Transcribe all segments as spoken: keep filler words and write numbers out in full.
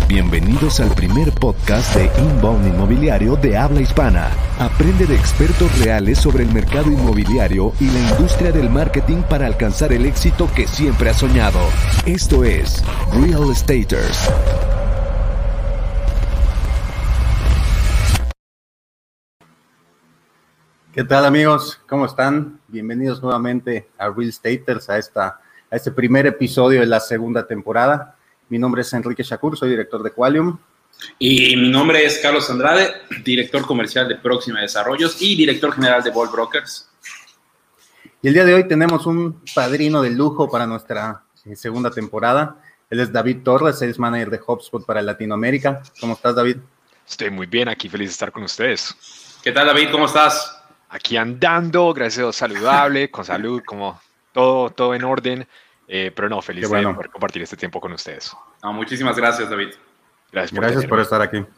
Bienvenidos al primer podcast de Inbound Inmobiliario de habla hispana. Aprende de expertos reales sobre el mercado inmobiliario y la industria del marketing para alcanzar el éxito que siempre has soñado. Esto es Real Estaters. ¿Qué tal, amigos? ¿Cómo están? Bienvenidos nuevamente a Real Estaters, a, esta, a este primer episodio de la segunda temporada. Mi nombre es Enrique Shakur, soy director de Qualium. Y mi nombre es Carlos Andrade, director comercial de Próxima Desarrollos y director general de Bold Brokers. Y el día de hoy tenemos un padrino de lujo para nuestra eh, segunda temporada. Él es David Torres, Sales Manager de HubSpot para Latinoamérica. ¿Cómo estás, David? Estoy muy bien, aquí feliz de estar con ustedes. ¿Qué tal, David? ¿Cómo estás? Aquí andando, gracias a Dios, saludable, con salud, como todo, todo en orden, eh, pero no, feliz bueno. de poder compartir este tiempo con ustedes. No, muchísimas gracias, David. Gracias por, gracias por estar aquí.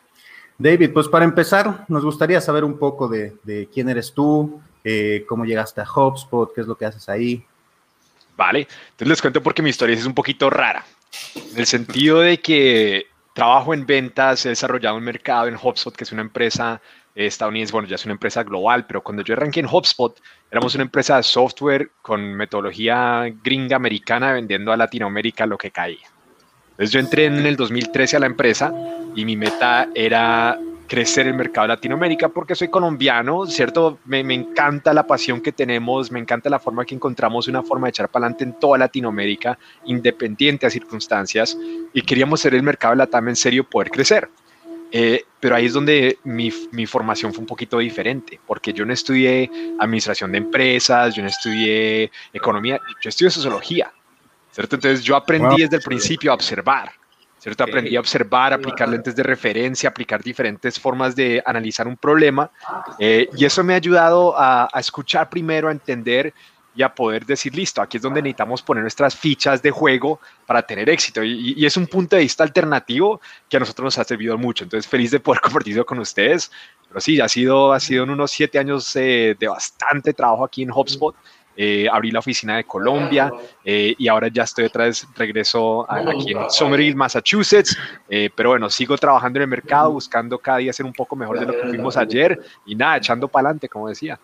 David, pues para empezar, nos gustaría saber un poco de, de quién eres tú, eh, cómo llegaste a HubSpot, qué es lo que haces ahí. Vale, entonces les cuento porque mi historia es un poquito rara, en el sentido de que trabajo en ventas, he desarrollado un mercado en HubSpot, que es una empresa estadounidense, bueno, ya es una empresa global, pero cuando yo arranqué en HubSpot, éramos una empresa de software con metodología gringa americana vendiendo a Latinoamérica lo que caía. Entonces yo entré en el dos mil trece a la empresa y mi meta era crecer el mercado de Latinoamérica porque soy colombiano, ¿cierto? Me, me encanta la pasión que tenemos, me encanta la forma que encontramos una forma de echar para adelante en toda Latinoamérica, independiente a circunstancias, y queríamos ser el mercado de Latam en serio, poder crecer. Eh, pero ahí es donde mi, mi formación fue un poquito diferente, porque yo no estudié administración de empresas, yo no estudié economía, yo estudié sociología, ¿cierto? Entonces yo aprendí wow. desde el principio a observar, ¿cierto? Aprendí a observar, a aplicar lentes de referencia, aplicar diferentes formas de analizar un problema, eh, y eso me ha ayudado a, a escuchar primero, a entender y a poder decir, listo, aquí es donde necesitamos poner nuestras fichas de juego para tener éxito. Y, y es un punto de vista alternativo que a nosotros nos ha servido mucho. Entonces, feliz de poder compartirlo con ustedes. Pero sí, ha sido, ha sido en unos siete años eh, de bastante trabajo aquí en HubSpot. Eh, abrí la oficina de Colombia eh, y ahora ya estoy otra vez, regreso a, aquí en Somerville, Massachusetts. Eh, pero bueno, sigo trabajando en el mercado, buscando cada día ser un poco mejor de lo que fuimos ayer. Y nada, echando para adelante, como decía.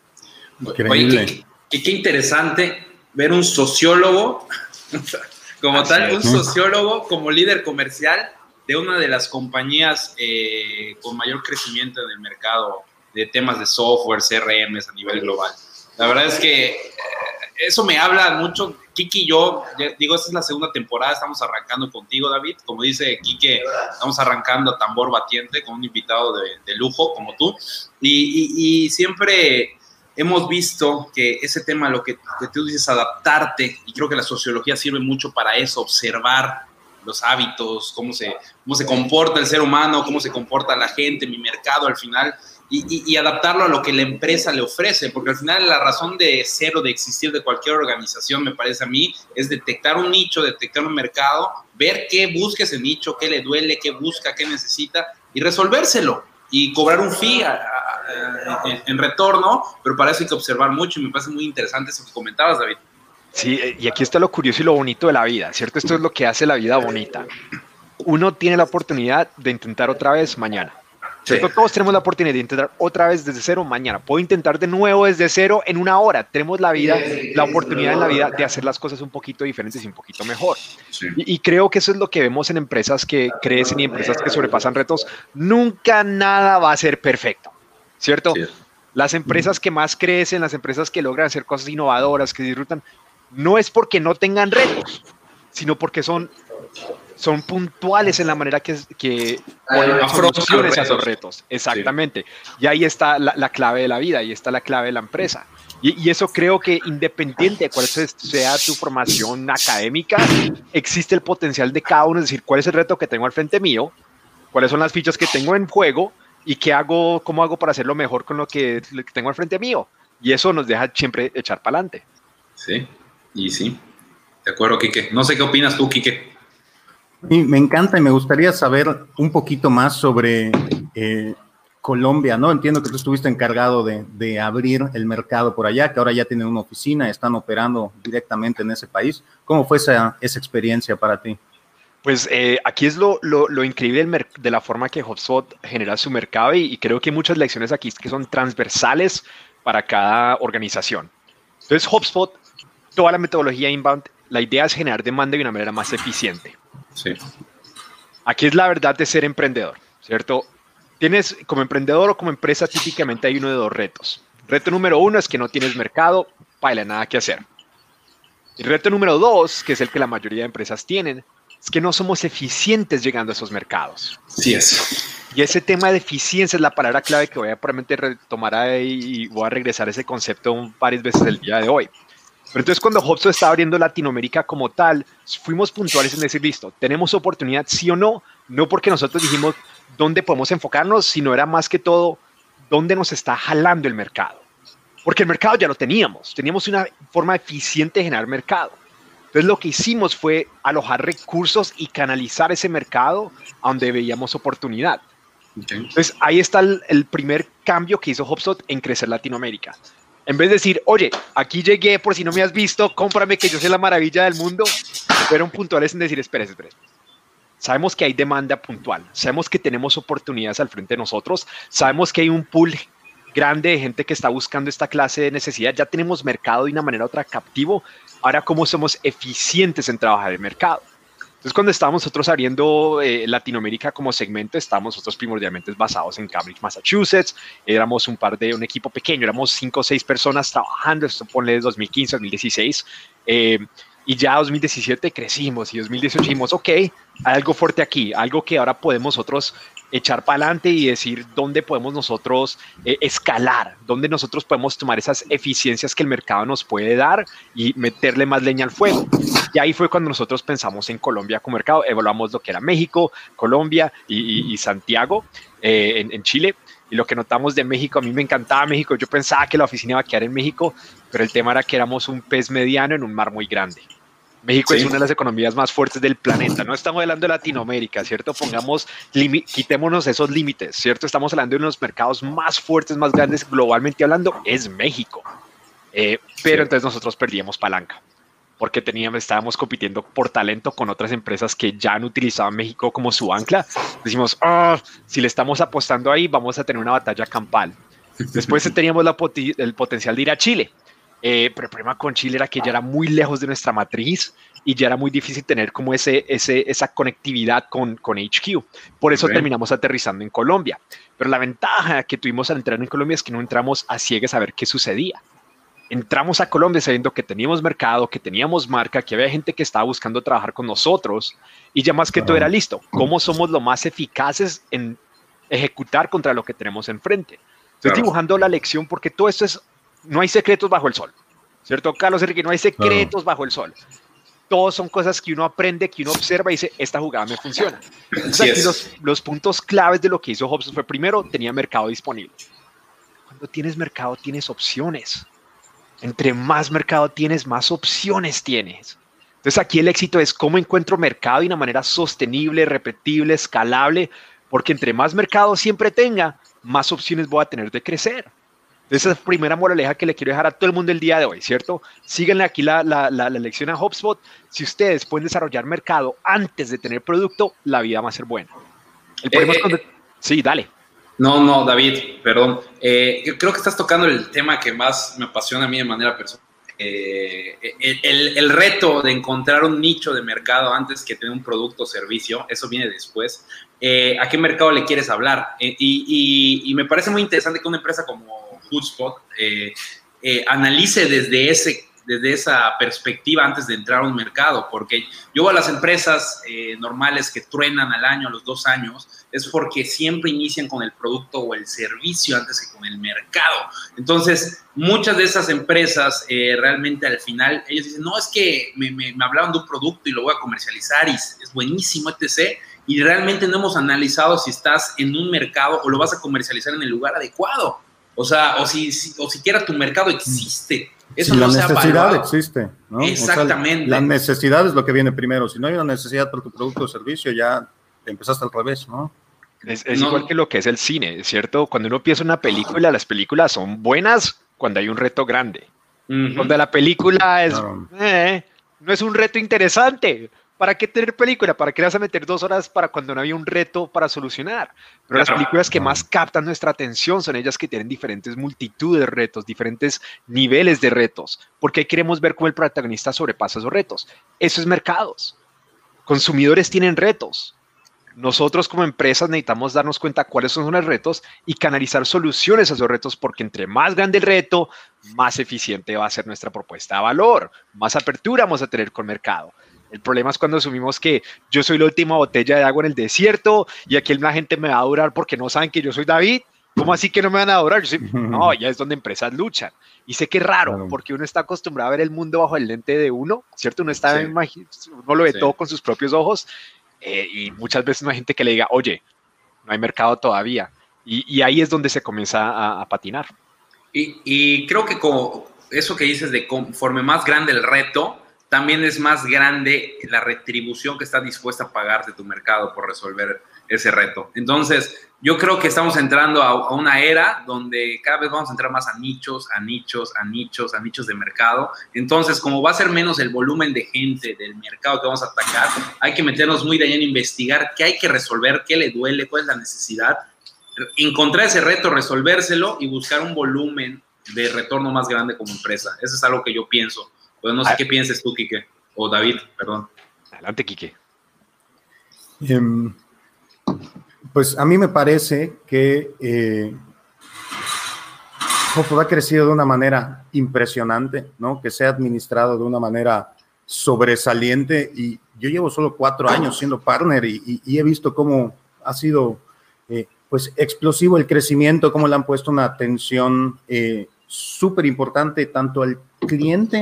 Increíble. Oye, qué, qué interesante ver un sociólogo, como Así tal, es. un sociólogo como líder comercial de una de las compañías eh, con mayor crecimiento en el mercado de temas de software, C R Ms a nivel global. La verdad es que eh, eso me habla mucho. Kiki y yo, digo, esta es la segunda temporada, estamos arrancando contigo, David. Como dice Kike, estamos arrancando a tambor batiente con un invitado de, de lujo como tú. Y, y, y siempre hemos visto que ese tema, lo que, que tú dices, adaptarte, y creo que la sociología sirve mucho para eso, observar los hábitos, cómo se, cómo se comporta el ser humano, cómo se comporta la gente, mi mercado al final, y, y, y adaptarlo a lo que la empresa le ofrece, porque al final la razón de ser o de existir de cualquier organización, me parece a mí, es detectar un nicho, detectar un mercado, ver qué busca ese nicho, qué le duele, qué busca, qué necesita, y resolvérselo, y cobrar un fee a, a, a, en, en retorno, pero para eso hay que observar mucho, y me parece muy interesante eso que comentabas, David. Sí, y aquí está lo curioso y lo bonito de la vida, ¿cierto? Esto es lo que hace la vida bonita. Uno tiene la oportunidad de intentar otra vez mañana. ¿Cierto? Sí. Todos tenemos la oportunidad de intentar otra vez desde cero mañana. Puedo intentar de nuevo desde cero en una hora. Tenemos la vida, la oportunidad en la vida de hacer las cosas un poquito diferentes y un poquito mejor. Sí. Y, y creo que eso es lo que vemos en empresas que crecen y empresas que sobrepasan retos. Nunca nada va a ser perfecto, ¿cierto? Sí. Las empresas que más crecen, las empresas que logran hacer cosas innovadoras, que disfrutan, no es porque no tengan retos, sino porque son, son puntuales en la manera que, que ponen soluciones a esos retos. Exactamente. Sí. Y ahí está la, la clave de la vida, ahí está la clave de la empresa. Y, y eso creo que independiente de cuál sea tu formación académica, existe el potencial de cada uno, es decir, cuál es el reto que tengo al frente mío, cuáles son las fichas que tengo en juego y qué hago, cómo hago para hacerlo mejor con lo que, lo que tengo al frente mío. Y eso nos deja siempre echar para adelante. Sí. Y sí, de acuerdo, Kike. No sé qué opinas tú, Kike. Sí, me encanta y me gustaría saber un poquito más sobre eh, Colombia, ¿no? Entiendo que tú estuviste encargado de, de abrir el mercado por allá, que ahora ya tienen una oficina, están operando directamente en ese país. ¿Cómo fue esa, esa experiencia para ti? Pues eh, aquí es lo, lo, lo increíble del mer- de la forma que HubSpot genera su mercado y, y creo que hay muchas lecciones aquí que son transversales para cada organización. Entonces HubSpot, toda la metodología inbound, la idea es generar demanda de una manera más eficiente. Sí. Aquí es la verdad de ser emprendedor, ¿cierto? Tienes, como emprendedor o como empresa, típicamente hay uno de dos retos. Reto número uno es que no tienes mercado, baila, nada que hacer. Y reto número dos, que es el que la mayoría de empresas tienen, es que no somos eficientes llegando a esos mercados. Sí es. Y ese tema de eficiencia es la palabra clave que voy a probablemente retomar ahí y voy a regresar a ese concepto varias veces el día de hoy. Pero entonces cuando HubSpot estaba abriendo Latinoamérica como tal, fuimos puntuales en decir, listo, ¿tenemos oportunidad sí o no? No porque nosotros dijimos dónde podemos enfocarnos, sino era más que todo dónde nos está jalando el mercado. Porque el mercado ya lo teníamos, teníamos una forma eficiente de generar mercado. Entonces lo que hicimos fue alojar recursos y canalizar ese mercado a donde veíamos oportunidad. Okay. Entonces ahí está el, el primer cambio que hizo HubSpot en crecer Latinoamérica. En vez de decir, oye, aquí llegué, por si no me has visto, cómprame que yo soy la maravilla del mundo, fueron puntuales en decir, espera, espera. Sabemos que hay demanda puntual, sabemos que tenemos oportunidades al frente de nosotros, sabemos que hay un pool grande de gente que está buscando esta clase de necesidad, ya tenemos mercado de una manera u otra captivo, ahora cómo somos eficientes en trabajar el mercado. Entonces, cuando estábamos nosotros abriendo eh, Latinoamérica como segmento, estábamos nosotros primordialmente basados en Cambridge, Massachusetts. Éramos un par de, un equipo pequeño, éramos cinco o seis personas trabajando, esto ponle dos mil quince, dos mil dieciséis. Eh, y ya dos mil diecisiete crecimos y dos mil dieciocho dijimos, ok, hay algo fuerte aquí, algo que ahora podemos nosotros echar para adelante y decir dónde podemos nosotros eh, escalar, dónde nosotros podemos tomar esas eficiencias que el mercado nos puede dar y meterle más leña al fuego. Y ahí fue cuando nosotros pensamos en Colombia como mercado, evaluamos lo que era México, Colombia y, y, y Santiago eh, en, en Chile. Y lo que notamos de México, a mí me encantaba México, yo pensaba que la oficina iba a quedar en México, pero el tema era que éramos un pez mediano en un mar muy grande. México sí. Es una de las economías más fuertes del planeta. No estamos hablando de Latinoamérica, ¿cierto? Pongamos, quitémonos esos límites, ¿cierto? Estamos hablando de uno de los mercados más fuertes, más grandes globalmente hablando, es México. Eh, pero sí. Entonces nosotros perdíamos palanca, porque teníamos, estábamos compitiendo por talento con otras empresas que ya han utilizado México como su ancla. Decimos, oh, si le estamos apostando ahí, vamos a tener una batalla campal. Después teníamos la poti- el potencial de ir a Chile. Eh, pero el problema con Chile era que ya era muy lejos de nuestra matriz y ya era muy difícil tener como ese, ese, esa conectividad con, con H Q. Por eso okay. terminamos aterrizando en Colombia. Pero la ventaja que tuvimos al entrar en Colombia es que no entramos a ciegas a ver qué sucedía. Entramos a Colombia sabiendo que teníamos mercado, que teníamos marca, que había gente que estaba buscando trabajar con nosotros y ya más que todo era listo. ¿Cómo somos lo más eficaces en ejecutar contra lo que tenemos enfrente? Estoy claro. dibujando la lección porque todo esto es... No hay secretos bajo el sol, ¿cierto, Carlos Enrique? No hay secretos no. bajo el sol. Todos son cosas que uno aprende, que uno observa y dice, esta jugada me funciona. Entonces, aquí los, los puntos claves de lo que hizo HubSpot fue, primero, tenía mercado disponible. Cuando tienes mercado, tienes opciones. Entre más mercado tienes, más opciones tienes. Entonces, aquí el éxito es cómo encuentro mercado de una manera sostenible, repetible, escalable, porque entre más mercado siempre tenga, más opciones voy a tener de crecer. Esa es la primera moraleja que le quiero dejar a todo el mundo el día de hoy, ¿cierto? Síganle aquí la, la, la, la lección a HubSpot. Si ustedes pueden desarrollar mercado antes de tener producto, la vida va a ser buena. El problema eh, es cuando... Sí, dale. No, no, David, perdón. Eh, yo creo que estás tocando el tema que más me apasiona a mí de manera personal. Eh, el, el, el reto de encontrar un nicho de mercado antes que tener un producto o servicio, eso viene después. Eh, ¿A qué mercado le quieres hablar? Eh, y, y, y me parece muy interesante que una empresa como HubSpot eh, eh, analice desde, ese, desde esa perspectiva antes de entrar a un mercado, porque yo veo a las empresas eh, normales que truenan al año, a los dos años, es porque siempre inician con el producto o el servicio antes que con el mercado. Entonces, muchas de esas empresas eh, realmente al final, ellos dicen, no, es que me, me, me hablaban de un producto y lo voy a comercializar y es buenísimo, etcétera. Y realmente no hemos analizado si estás en un mercado o lo vas a comercializar en el lugar adecuado. O sea, o si, si o siquiera tu mercado existe. Eso si no la se ha necesidad evaluado. existe, ¿no? Exactamente. O sea, la necesidad es lo que viene primero. Si no hay una necesidad por tu producto o servicio, ya empezaste al revés, ¿no? Es, es no. igual que lo que es el cine, ¿cierto? Cuando uno piensa una película, las películas son buenas cuando hay un reto grande. Uh-huh. Cuando la película es, claro. eh, no es un reto interesante, ¿para qué tener película? ¿Para qué le vas a meter dos horas para cuando no había un reto para solucionar? Pero las películas que más captan nuestra atención son ellas que tienen diferentes multitudes de retos, diferentes niveles de retos, porque ahí queremos ver cómo el protagonista sobrepasa esos retos. Eso es mercados. Consumidores tienen retos. Nosotros como empresas necesitamos darnos cuenta cuáles son los retos y canalizar soluciones a esos retos, porque entre más grande el reto, más eficiente va a ser nuestra propuesta de valor, más apertura vamos a tener con el mercado. El problema es cuando asumimos que yo soy la última botella de agua en el desierto y aquí la gente me va a adorar porque no saben que yo soy David. ¿Cómo así que no me van a adorar? Yo soy, no, ya es donde empresas luchan. Y sé que es raro, claro, porque uno está acostumbrado a ver el mundo bajo el lente de uno, ¿cierto? Uno, está sí. uno lo ve sí. todo con sus propios ojos eh, y muchas veces no hay gente que le diga, oye, no hay mercado todavía. Y, y ahí es donde se comienza a, a patinar. Y, y creo que como eso que dices de conforme más grande el reto, también es más grande la retribución que está dispuesta a pagarte tu mercado por resolver ese reto. Entonces, yo creo que estamos entrando a, a una era donde cada vez vamos a entrar más a nichos, a nichos, a nichos, a nichos de mercado. Entonces, como va a ser menos el volumen de gente del mercado que vamos a atacar, hay que meternos muy de ahí en investigar qué hay que resolver, qué le duele, cuál es la necesidad, encontrar ese reto, resolvérselo y buscar un volumen de retorno más grande como empresa. Eso es algo que yo pienso. Pues no sé qué pienses tú, Quique, o David, perdón. Adelante, Quique. Um, pues a mí me parece que eh, HubSpot ha crecido de una manera impresionante, ¿no? Que se ha administrado de una manera sobresaliente y yo llevo solo cuatro años siendo partner y, y, y he visto cómo ha sido eh, pues explosivo el crecimiento, cómo le han puesto una atención eh, súper importante tanto al cliente,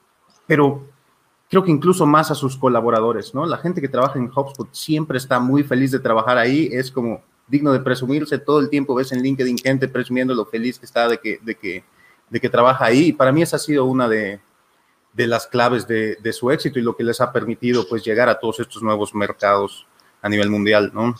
pero creo que incluso más a sus colaboradores, ¿no? La gente que trabaja en HubSpot siempre está muy feliz de trabajar ahí, es como digno de presumirse, todo el tiempo ves en LinkedIn gente presumiendo lo feliz que está de que, de que, de que trabaja ahí, y para mí esa ha sido una de, de las claves de, de su éxito y lo que les ha permitido pues llegar a todos estos nuevos mercados a nivel mundial, ¿no?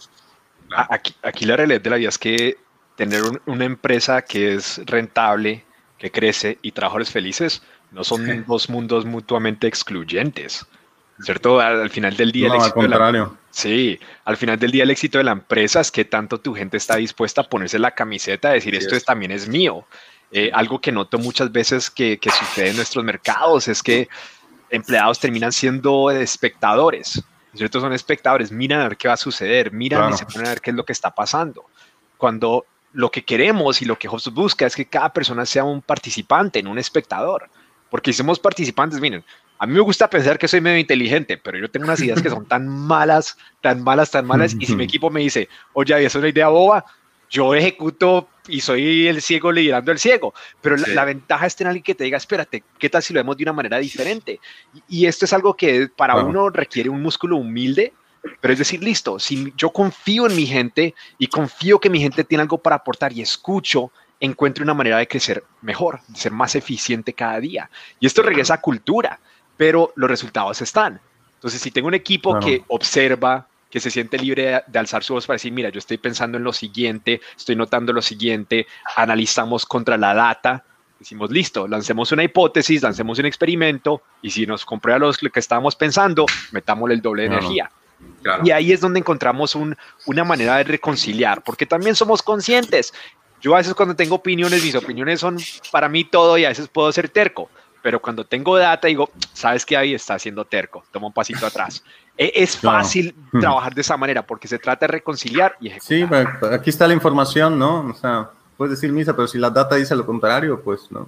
Aquí, aquí la realidad de la vida es que tener un, una empresa que es rentable, que crece y trabajadores felices, no son sí. dos mundos mutuamente excluyentes, ¿cierto? Al, al final del día... No, el al contrario. La, sí, al final del día el éxito de la empresa es que tanto tu gente está dispuesta a ponerse la camiseta, a decir, sí, esto es, también es mío. Eh, algo que noto muchas veces que, que sucede en nuestros mercados es que empleados terminan siendo espectadores, ¿cierto? Son espectadores, miran a ver qué va a suceder, miran claro. y se ponen a ver qué es lo que está pasando. Cuando lo que queremos y lo que HubSpot busca es que cada persona sea un participante, no un espectador. Porque si somos participantes, miren, a mí me gusta pensar que soy medio inteligente, pero yo tengo unas ideas que son tan malas, tan malas, tan malas, y si mi equipo me dice, oye, esa es una idea boba, yo ejecuto y soy el ciego liderando el ciego. Pero sí. la, la ventaja es tener alguien que te diga, espérate, ¿qué tal si lo vemos de una manera diferente? Y, y esto es algo que para bueno. uno requiere un músculo humilde, pero es decir, listo, si yo confío en mi gente y confío que mi gente tiene algo para aportar y escucho, encuentre una manera de crecer mejor, de ser más eficiente cada día. Y esto regresa a cultura, pero los resultados están. Entonces, si tengo un equipo claro. que observa, que se siente libre de, de alzar su voz para decir, mira, yo estoy pensando en lo siguiente, estoy notando lo siguiente, analizamos contra la data, decimos, listo, lancemos una hipótesis, lancemos un experimento, y si nos comprueba lo que estábamos pensando, metámosle el doble de claro. energía. Claro. Y ahí es donde encontramos un, una manera de reconciliar, porque también somos conscientes. Yo a veces cuando tengo opiniones, mis opiniones son para mí todo y a veces puedo ser terco, pero cuando tengo data digo, ¿sabes qué? Ahí está siendo terco, toma un pasito atrás. Es fácil no. trabajar de esa manera porque se trata de reconciliar y ejecutar. Sí, aquí está la información, ¿no? O sea, puedes decir misa, pero si la data dice lo contrario, pues no,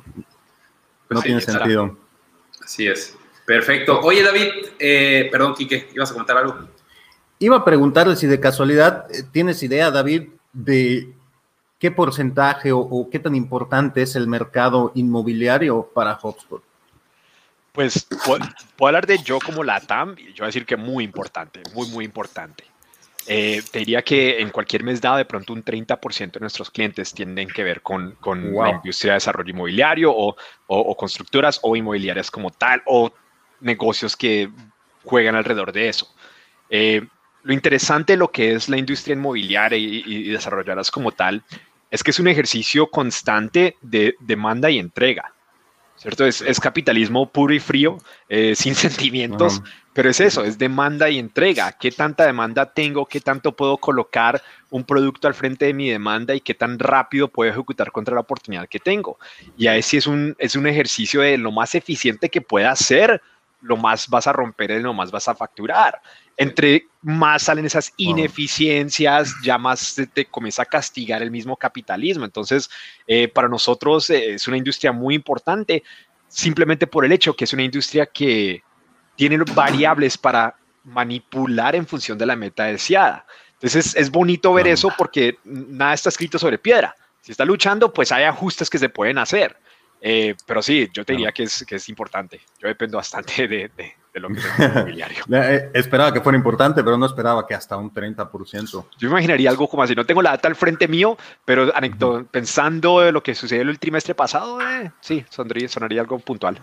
no sí, tiene sentido. Así es. Perfecto. Oye, David, eh, perdón, Quique, ¿ibas a comentar algo? Iba a preguntarle si de casualidad tienes idea, David, de qué porcentaje o, o qué tan importante es el mercado inmobiliario para HubSpot. Pues puedo, puedo hablar de yo como LATAM, yo voy a decir que muy importante, muy, muy importante. Eh, te diría que en cualquier mes dado, de pronto un treinta por ciento de nuestros clientes tienen que ver con, con wow. la industria de desarrollo inmobiliario o, o, o constructoras o inmobiliarias como tal, o negocios que juegan alrededor de eso. Eh, lo interesante de lo que es la industria inmobiliaria y, y desarrollarlas como tal es que es un ejercicio constante de demanda y entrega, ¿cierto? Es, es capitalismo puro y frío, eh, sin sentimientos, uh-huh. pero es eso, es demanda y entrega. ¿Qué tanta demanda tengo? ¿Qué tanto puedo colocar un producto al frente de mi demanda y qué tan rápido puedo ejecutar contra la oportunidad que tengo? Y ahí sí es un, es un ejercicio de lo más eficiente que pueda ser, lo más vas a romper y lo más vas a facturar. Entre más salen esas ineficiencias, ya más te, te comienza a castigar el mismo capitalismo. Entonces, eh, para nosotros eh, es una industria muy importante, simplemente por el hecho que es una industria que tiene variables para manipular en función de la meta deseada. Entonces, es, es bonito ver eso porque nada está escrito sobre piedra. Si está luchando, pues hay ajustes que se pueden hacer. Eh, pero sí, yo te diría que es, que es importante. Yo dependo bastante de, de, de lo que es el inmobiliario. Esperaba que fuera importante, pero no esperaba que hasta un treinta por ciento. Yo me imaginaría algo como así. No tengo la data al frente mío, pero uh-huh. pensando de lo que sucedió el trimestre pasado, eh, sí, sonaría, sonaría algo puntual.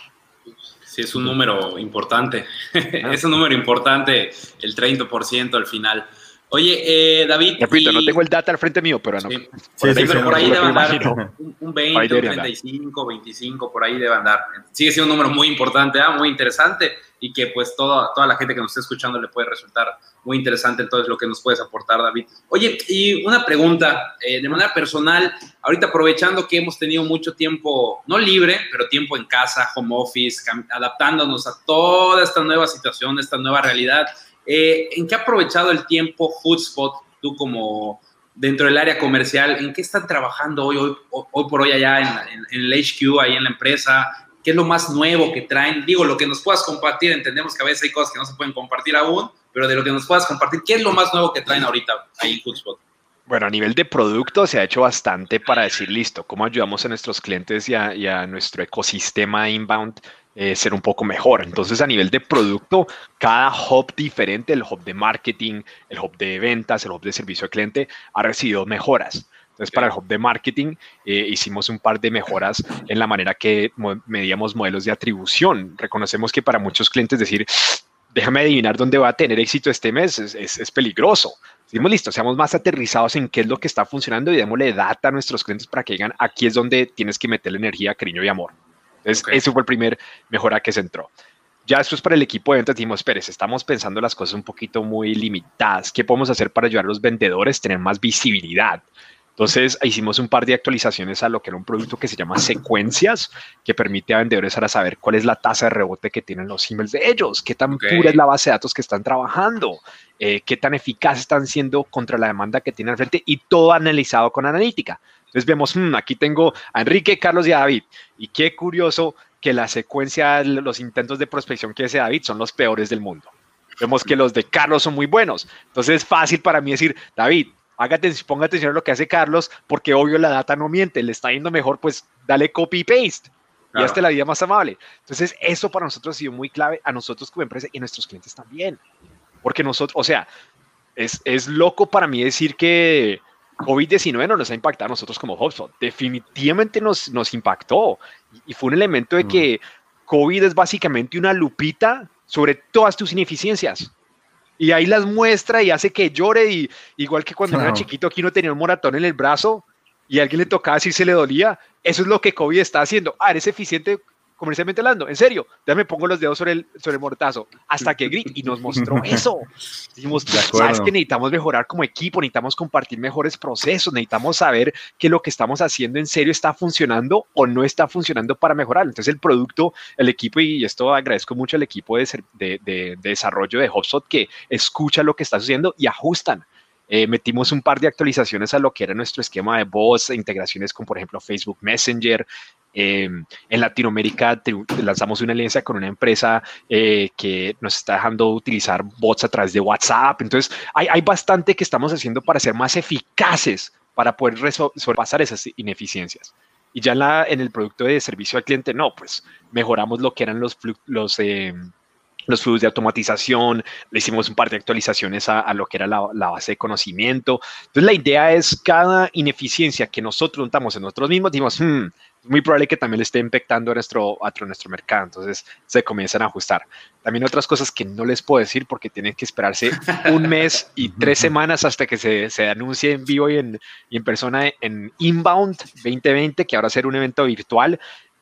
Sí, es un número importante. Ah. Es un número importante, el treinta por ciento al final. Oye, eh, David... Repito, y... no tengo el data al frente mío, pero no. Sí, por, sí, ahí, sí, pero sí, por ahí debe andar un, un veinte, un treinta y cinco, veinticinco, por ahí debe andar. Sigue siendo un número muy importante, ¿eh? Muy interesante, y que pues toda, toda la gente que nos esté escuchando le puede resultar muy interesante entonces lo que nos puedes aportar, David. Oye, y una pregunta, eh, de manera personal, ahorita aprovechando que hemos tenido mucho tiempo, no libre, pero tiempo en casa, home office, adaptándonos a toda esta nueva situación, esta nueva realidad, Eh, ¿en qué ha aprovechado el tiempo HoodSpot, tú como dentro del área comercial? ¿En qué están trabajando hoy, hoy, hoy por hoy allá en, en, en el H Q, ahí en la empresa? ¿Qué es lo más nuevo que traen? Digo, lo que nos puedas compartir, entendemos que a veces hay cosas que no se pueden compartir aún, pero de lo que nos puedas compartir, ¿qué es lo más nuevo que traen ahorita ahí en HoodSpot? Bueno, a nivel de producto se ha hecho bastante para decir, listo, ¿cómo ayudamos a nuestros clientes y a, y a nuestro ecosistema inbound eh, ser un poco mejor? Entonces, a nivel de producto, cada hub diferente, el hub de marketing, el hub de ventas, el hub de servicio al cliente, ha recibido mejoras. Entonces, para el hub de marketing, eh, hicimos un par de mejoras en la manera que medíamos modelos de atribución. Reconocemos que para muchos clientes decir, déjame adivinar dónde va a tener éxito este mes, es, es, es peligroso. Decimos, listo, seamos más aterrizados en qué es lo que está funcionando y démosle data a nuestros clientes para que digan, aquí es donde tienes que meterle energía, cariño y amor. Entonces, okay. Eso fue el primer mejora que se entró. Ya después para el equipo de ventas dijimos, espérese, estamos pensando las cosas un poquito muy limitadas. ¿Qué podemos hacer para ayudar a los vendedores a tener más visibilidad? Entonces, hicimos un par de actualizaciones a lo que era un producto que se llama Secuencias, que permite a vendedores ahora saber cuál es la tasa de rebote que tienen los emails de ellos, qué tan okay. pura es la base de datos que están trabajando, eh, qué tan eficaz están siendo contra la demanda que tienen al frente y todo analizado con analítica. Entonces, vemos, hmm, aquí tengo a Enrique, Carlos y a David. Y qué curioso que la secuencia, los intentos de prospección que hace David son los peores del mundo. Vemos que los de Carlos son muy buenos. Entonces, es fácil para mí decir, David, Hágate, ponga atención a lo que hace Carlos, porque obvio la data no miente, le está yendo mejor, pues dale copy y paste claro. Y hazte la vida más amable. Entonces, eso para nosotros ha sido muy clave, a nosotros como empresa y a nuestros clientes también. Porque nosotros, o sea, es, es loco para mí decir que COVID diecinueve no nos ha impactado a nosotros como HubSpot. Definitivamente nos, nos impactó. Y fue un elemento de que COVID es básicamente una lupita sobre todas tus ineficiencias. Y ahí las muestra y hace que llore, y igual que cuando no. era chiquito aquí no tenía un moratón en el brazo y a alguien le tocaba decir se le dolía. Eso es lo que COVID está haciendo. Ah, eres eficiente comercialmente hablando. En serio, ya me pongo los dedos sobre el, sobre el mortazo hasta que grite, y nos mostró eso. Dijimos, sabes que necesitamos mejorar como equipo, necesitamos compartir mejores procesos, necesitamos saber que lo que estamos haciendo en serio está funcionando o no está funcionando para mejorar. Entonces el producto, el equipo, y esto agradezco mucho al equipo de, de, de, de desarrollo de HubSpot, que escucha lo que está sucediendo y ajustan. Eh, metimos un par de actualizaciones a lo que era nuestro esquema de voz, integraciones con, por ejemplo, Facebook Messenger. Eh, en Latinoamérica lanzamos una alianza con una empresa eh, que nos está dejando utilizar bots a través de WhatsApp. Entonces, hay, hay bastante que estamos haciendo para ser más eficaces, para poder sobrepasar esas ineficiencias. Y ya en, la, en el producto de servicio al cliente, no, pues mejoramos lo que eran los, los eh, los flujos de automatización, le hicimos un par de actualizaciones a, a lo que era la, la base de conocimiento. Entonces, la idea es cada ineficiencia que nosotros notamos en nosotros mismos, decimos, hmm, es muy probable que también le esté impactando a nuestro, a nuestro mercado. Entonces, se comienzan a ajustar. También otras cosas que no les puedo decir porque tienen que esperarse un mes y tres semanas hasta que se, se anuncie en vivo y en, y en persona en Inbound veinte veinte, que ahora va a ser un evento virtual.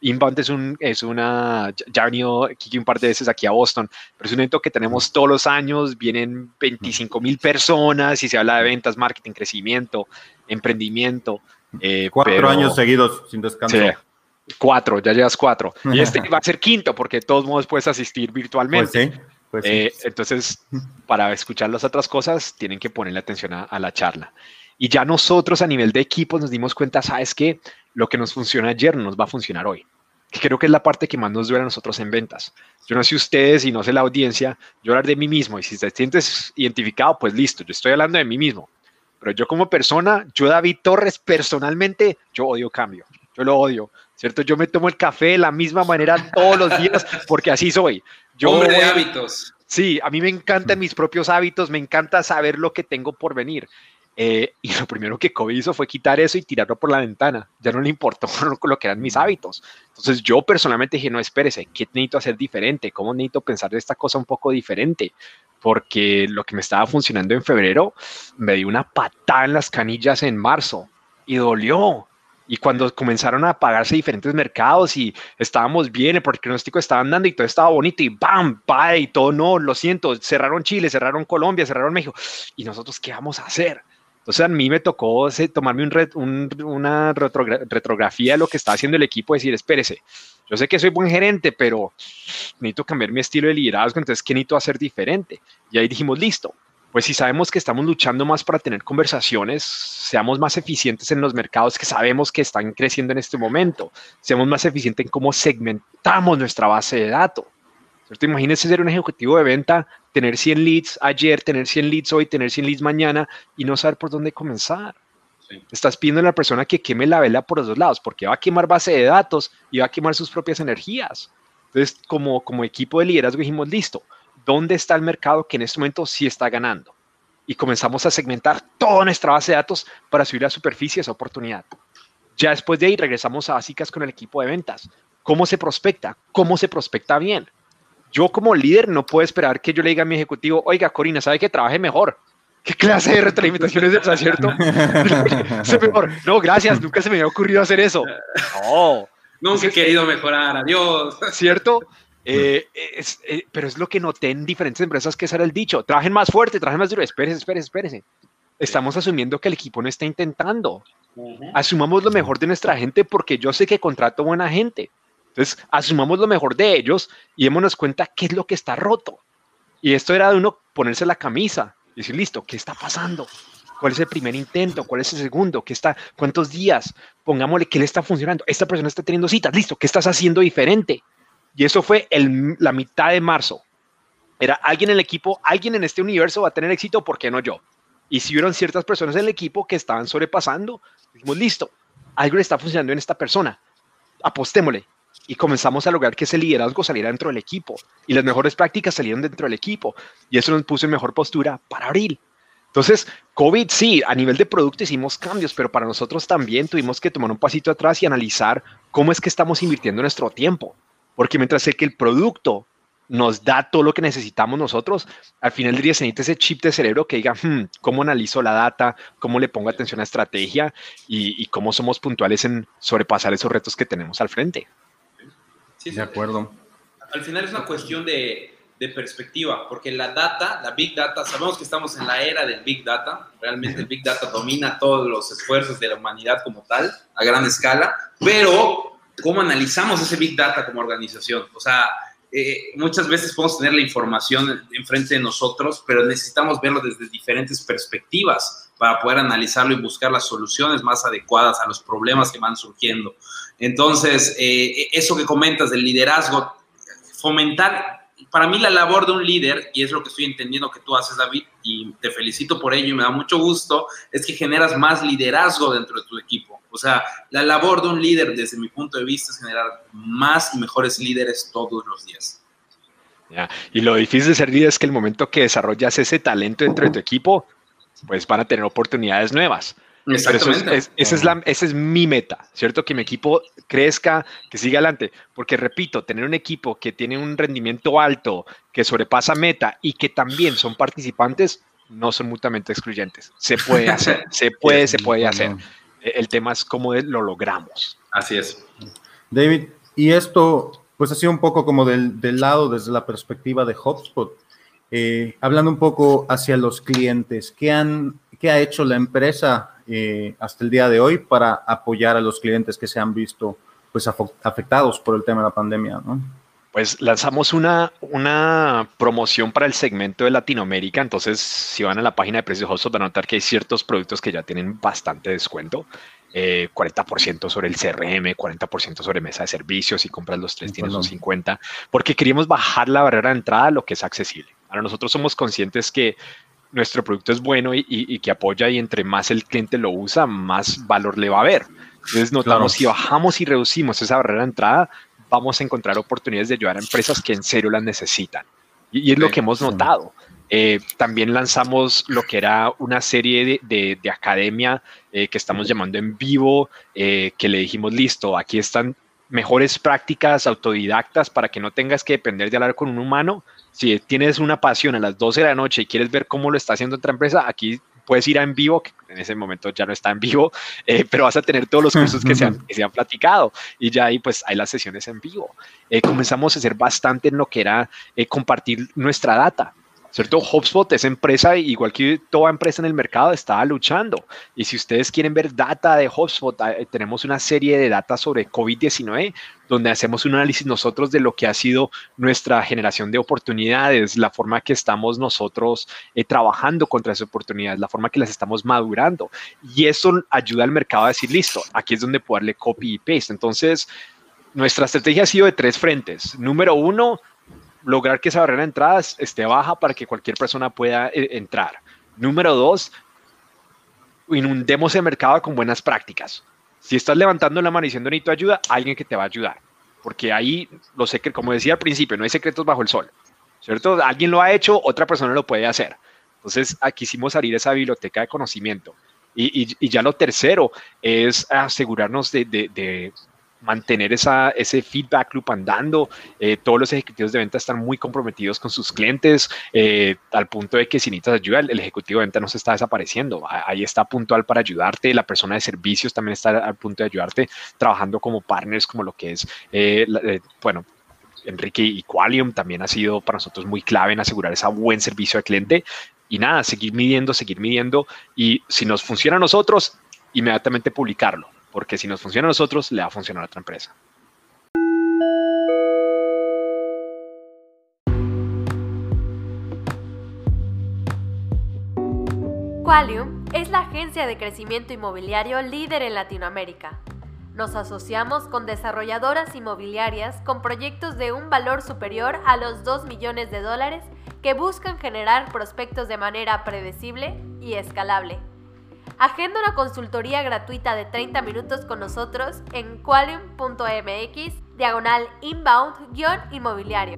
Inbound es, un, es una, ya ha venido Kiki un par de veces aquí a Boston, pero es un evento que tenemos todos los años, vienen veinticinco mil personas y se habla de ventas, marketing, crecimiento, emprendimiento. Eh, cuatro pero, años seguidos sin descanso. Sí, cuatro, ya llevas cuatro. Y este va a ser quinto porque de todos modos puedes asistir virtualmente. Pues sí, pues sí. Eh, entonces, para escuchar las otras cosas, tienen que ponerle atención a, a la charla. Y ya nosotros a nivel de equipos nos dimos cuenta, ¿sabes qué? Lo que nos funciona ayer no nos va a funcionar hoy. Que creo que es la parte que más nos duele a nosotros en ventas. Yo no sé ustedes y no sé la audiencia, yo hablar de mí mismo. Y si te sientes identificado, pues listo, yo estoy hablando de mí mismo. Pero yo como persona, yo David Torres, personalmente, yo odio cambio. Yo lo odio, ¿cierto? Yo me tomo el café de la misma manera todos los días porque así soy. Yo, Hombre de hábitos. Sí, a mí me encantan mis propios hábitos, me encanta saber lo que tengo por venir. Eh, y lo primero que Kobe hizo fue quitar eso y tirarlo por la ventana. Ya no le importó lo que eran mis hábitos. Entonces yo personalmente dije, no, espérese, ¿qué necesito hacer diferente? ¿Cómo necesito pensar de esta cosa un poco diferente? Porque lo que me estaba funcionando en febrero me dio una patada en las canillas en marzo y dolió. Y cuando comenzaron a apagarse diferentes mercados y estábamos bien, el pronóstico estaba andando y todo estaba bonito y ¡bam! ¡Bye! Y todo, no, lo siento, cerraron Chile, cerraron Colombia, cerraron México. ¿Y nosotros qué vamos a hacer? Entonces a mí me tocó tomarme un ret, un, una retrogra retrografía de lo que está haciendo el equipo y decir, espérese, yo sé que soy buen gerente, pero necesito cambiar mi estilo de liderazgo, entonces ¿qué necesito hacer diferente? Y ahí dijimos, listo, pues si sabemos que estamos luchando más para tener conversaciones, seamos más eficientes en los mercados que sabemos que están creciendo en este momento, seamos más eficientes en cómo segmentamos nuestra base de datos. ¿Cierto? Imagínense ser un ejecutivo de venta, tener cien leads ayer, tener cien leads hoy, tener cien leads mañana y no saber por dónde comenzar. Sí. Estás pidiendo a la persona que queme la vela por los dos lados, porque va a quemar base de datos y va a quemar sus propias energías. Entonces, como, como equipo de liderazgo dijimos, listo, ¿dónde está el mercado que en este momento sí está ganando? Y comenzamos a segmentar toda nuestra base de datos para subir a la superficie esa oportunidad. Ya después de ahí regresamos a básicas con el equipo de ventas. ¿Cómo se prospecta? ¿Cómo se prospecta bien? Yo como líder no puedo esperar que yo le diga a mi ejecutivo, oiga, Corina, ¿sabe que trabaje mejor? ¿Qué clase de retroalimentación es esa, cierto? mejor. No, gracias, nunca se me había ocurrido hacer eso. No. Nunca he querido mejorar, adiós. ¿Cierto? Eh, es, eh, pero es lo que noté en diferentes empresas que ese era el dicho. Trabajen más fuerte, trabajen más duro. Espérese, espérese, espérese. Estamos asumiendo que el equipo no está intentando. Uh-huh. Asumamos lo mejor de nuestra gente porque yo sé que contrato buena gente. Entonces, asumamos lo mejor de ellos y démonos cuenta qué es lo que está roto. Y esto era de uno ponerse la camisa y decir, listo, ¿qué está pasando? ¿Cuál es el primer intento? ¿Cuál es el segundo? ¿Qué está? ¿Cuántos días? Pongámosle, ¿qué le está funcionando? Esta persona está teniendo citas. Listo, ¿qué estás haciendo diferente? Y eso fue el, la mitad de marzo. Era alguien en el equipo, alguien en este universo va a tener éxito, ¿por qué no yo? Y si hubieron ciertas personas en el equipo que estaban sobrepasando, dijimos, listo, algo le está funcionando en esta persona. Apostémosle. Y comenzamos a lograr que ese liderazgo saliera dentro del equipo y las mejores prácticas salieron dentro del equipo y eso nos puso en mejor postura para abril. Entonces, COVID sí, a nivel de producto hicimos cambios, pero para nosotros también tuvimos que tomar un pasito atrás y analizar cómo es que estamos invirtiendo nuestro tiempo. Porque mientras sé que el producto nos da todo lo que necesitamos nosotros, al final del día se necesita ese chip de cerebro que diga, hmm, cómo analizo la data, cómo le pongo atención a la estrategia y, y cómo somos puntuales en sobrepasar esos retos que tenemos al frente. Sí, sí. De acuerdo. Al final es una cuestión de, de perspectiva, porque la data, la Big Data, sabemos que estamos en la era del Big Data, realmente el Big Data domina todos los esfuerzos de la humanidad como tal, a gran escala, pero ¿cómo analizamos ese Big Data como organización? O sea, eh, muchas veces podemos tener la información enfrente de nosotros, pero necesitamos verlo desde diferentes perspectivas para poder analizarlo y buscar las soluciones más adecuadas a los problemas que van surgiendo. Entonces, eh, eso que comentas del liderazgo, fomentar, para mí la labor de un líder, y es lo que estoy entendiendo que tú haces, David, y te felicito por ello y me da mucho gusto, es que generas más liderazgo dentro de tu equipo. O sea, la labor de un líder, desde mi punto de vista, es generar más y mejores líderes todos los días. Ya. Y lo difícil de ser líder es que el momento que desarrollas ese talento dentro de tu equipo, pues van a tener oportunidades nuevas. Exactamente. Pero eso es, es, esa, es la, esa es mi meta, ¿cierto? Que mi equipo crezca, que siga adelante. Porque, repito, tener un equipo que tiene un rendimiento alto, que sobrepasa meta y que también son participantes, no son mutuamente excluyentes. Se puede hacer, se puede, se puede hacer. El tema es cómo lo logramos. Así es. David, y esto pues ha sido un poco como del, del lado desde la perspectiva de HubSpot. Eh, hablando un poco hacia los clientes, ¿qué, han, qué ha hecho la empresa eh, hasta el día de hoy para apoyar a los clientes que se han visto pues, afectados por el tema de la pandemia, ¿no? Pues lanzamos una, una promoción para el segmento de Latinoamérica. Entonces, si van a la página de precios de HubSpot, van a notar que hay ciertos productos que ya tienen bastante descuento. Eh, cuarenta por ciento sobre el C R M, cuarenta por ciento sobre mesa de servicios. Si compras los tres, tienes un cincuenta por ciento. Porque queríamos bajar la barrera de entrada a lo que es accesible. Ahora, nosotros somos conscientes que nuestro producto es bueno y, y, y que apoya, y entre más el cliente lo usa, más valor le va a haber. Entonces, notamos claro. Si bajamos y reducimos esa barrera de entrada, vamos a encontrar oportunidades de ayudar a empresas que en serio las necesitan. Y, y es sí, lo que hemos notado. Eh, también lanzamos lo que era una serie de, de, de academia eh, que estamos llamando en vivo, eh, que le dijimos, listo, aquí están mejores prácticas autodidactas para que no tengas que depender de hablar con un humano. Si tienes una pasión a las doce de la noche y quieres ver cómo lo está haciendo otra empresa, aquí puedes ir a en vivo, que en ese momento ya no está en vivo, eh, pero vas a tener todos los cursos que se han, que se han platicado, y ya ahí pues hay las sesiones en vivo. Eh, comenzamos a hacer bastante en lo que era eh, compartir nuestra data, ¿cierto? HubSpot es empresa, igual que toda empresa en el mercado, estaba luchando. Y si ustedes quieren ver data de HubSpot, eh, tenemos una serie de data sobre COVID diecinueve, donde hacemos un análisis nosotros de lo que ha sido nuestra generación de oportunidades, la forma que estamos nosotros eh, trabajando contra esas oportunidades, la forma que las estamos madurando. Y eso ayuda al mercado a decir, listo, aquí es donde puedo darle copy y paste. Entonces, nuestra estrategia ha sido de tres frentes. Número uno, lograr que esa barrera de entradas esté baja para que cualquier persona pueda eh, entrar. Número dos, inundemos el mercado con buenas prácticas. Si estás levantando la mano y diciendo necesito ayuda, alguien que te va a ayudar. Porque ahí, lo sé que, como decía al principio, no hay secretos bajo el sol, ¿cierto? Alguien lo ha hecho, otra persona lo puede hacer. Entonces, aquí quisimos abrir esa biblioteca de conocimiento. Y, y, y ya lo tercero es asegurarnos de, de, de mantener esa, ese feedback loop andando. Eh, todos los ejecutivos de venta están muy comprometidos con sus clientes, eh, al punto de que si necesitas ayuda, el, el ejecutivo de venta no se está desapareciendo. Ahí está puntual para ayudarte. La persona de servicios también está al punto de ayudarte, trabajando como partners, como lo que es, eh, la, eh, bueno, Enrique y Qualium también ha sido para nosotros muy clave en asegurar ese buen servicio al cliente. Y nada, seguir midiendo, seguir midiendo. Y si nos funciona a nosotros, inmediatamente publicarlo. Porque si nos funciona a nosotros, le va a funcionar a otra empresa. Qualium es la agencia de crecimiento inmobiliario líder en Latinoamérica. Nos asociamos con desarrolladoras inmobiliarias con proyectos de un valor superior a los dos millones de dólares que buscan generar prospectos de manera predecible y escalable. Agenda una consultoría gratuita de treinta minutos con nosotros en qualium.mx diagonal inbound-inmobiliario.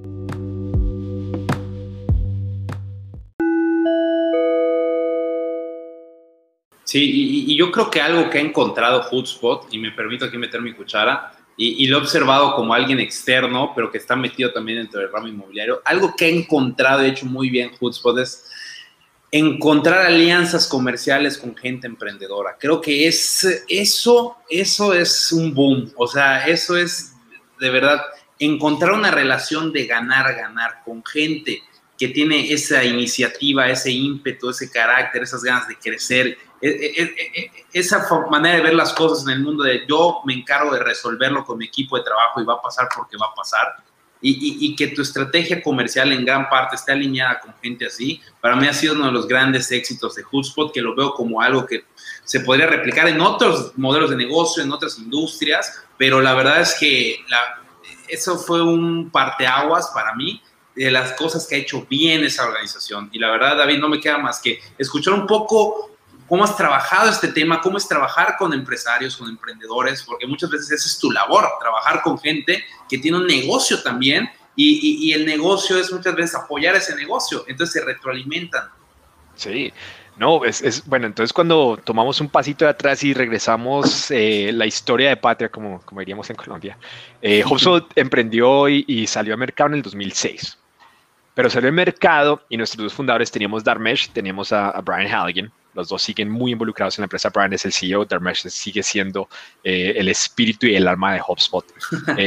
Sí, y, y yo creo que algo que ha encontrado HubSpot, y me permito aquí meter mi cuchara, y, y lo he observado como alguien externo, pero que está metido también dentro del ramo inmobiliario, algo que ha encontrado y hecho muy bien HubSpot es encontrar alianzas comerciales con gente emprendedora. Creo que es, eso, eso es un boom. O sea, eso es de verdad encontrar una relación de ganar, ganar con gente que tiene esa iniciativa, ese ímpetu, ese carácter, esas ganas de crecer, esa manera de ver las cosas en el mundo de yo me encargo de resolverlo con mi equipo de trabajo y va a pasar porque va a pasar. Y, y, y que tu estrategia comercial en gran parte esté alineada con gente así, para mí ha sido uno de los grandes éxitos de HubSpot, que lo veo como algo que se podría replicar en otros modelos de negocio, en otras industrias, pero la verdad es que la, eso fue un parteaguas para mí de las cosas que ha hecho bien esa organización. Y la verdad, David, no me queda más que escuchar un poco cómo has trabajado este tema, cómo es trabajar con empresarios, con emprendedores, porque muchas veces esa es tu labor, trabajar con gente que tiene un negocio también y, y, y el negocio es muchas veces apoyar ese negocio, entonces se retroalimentan. Sí, no, es, es bueno, entonces cuando tomamos un pasito de atrás y regresamos eh, la historia de patria, como, como diríamos en Colombia, eh, HubSpot emprendió y, y salió a mercado en el dos mil seis, pero salió al mercado y nuestros dos fundadores teníamos Dharmesh, teníamos a, a Brian Halligan. Los dos siguen muy involucrados en la empresa. Brian es el C E O, Dharmesh sigue siendo eh, el espíritu y el alma de HubSpot. Eh,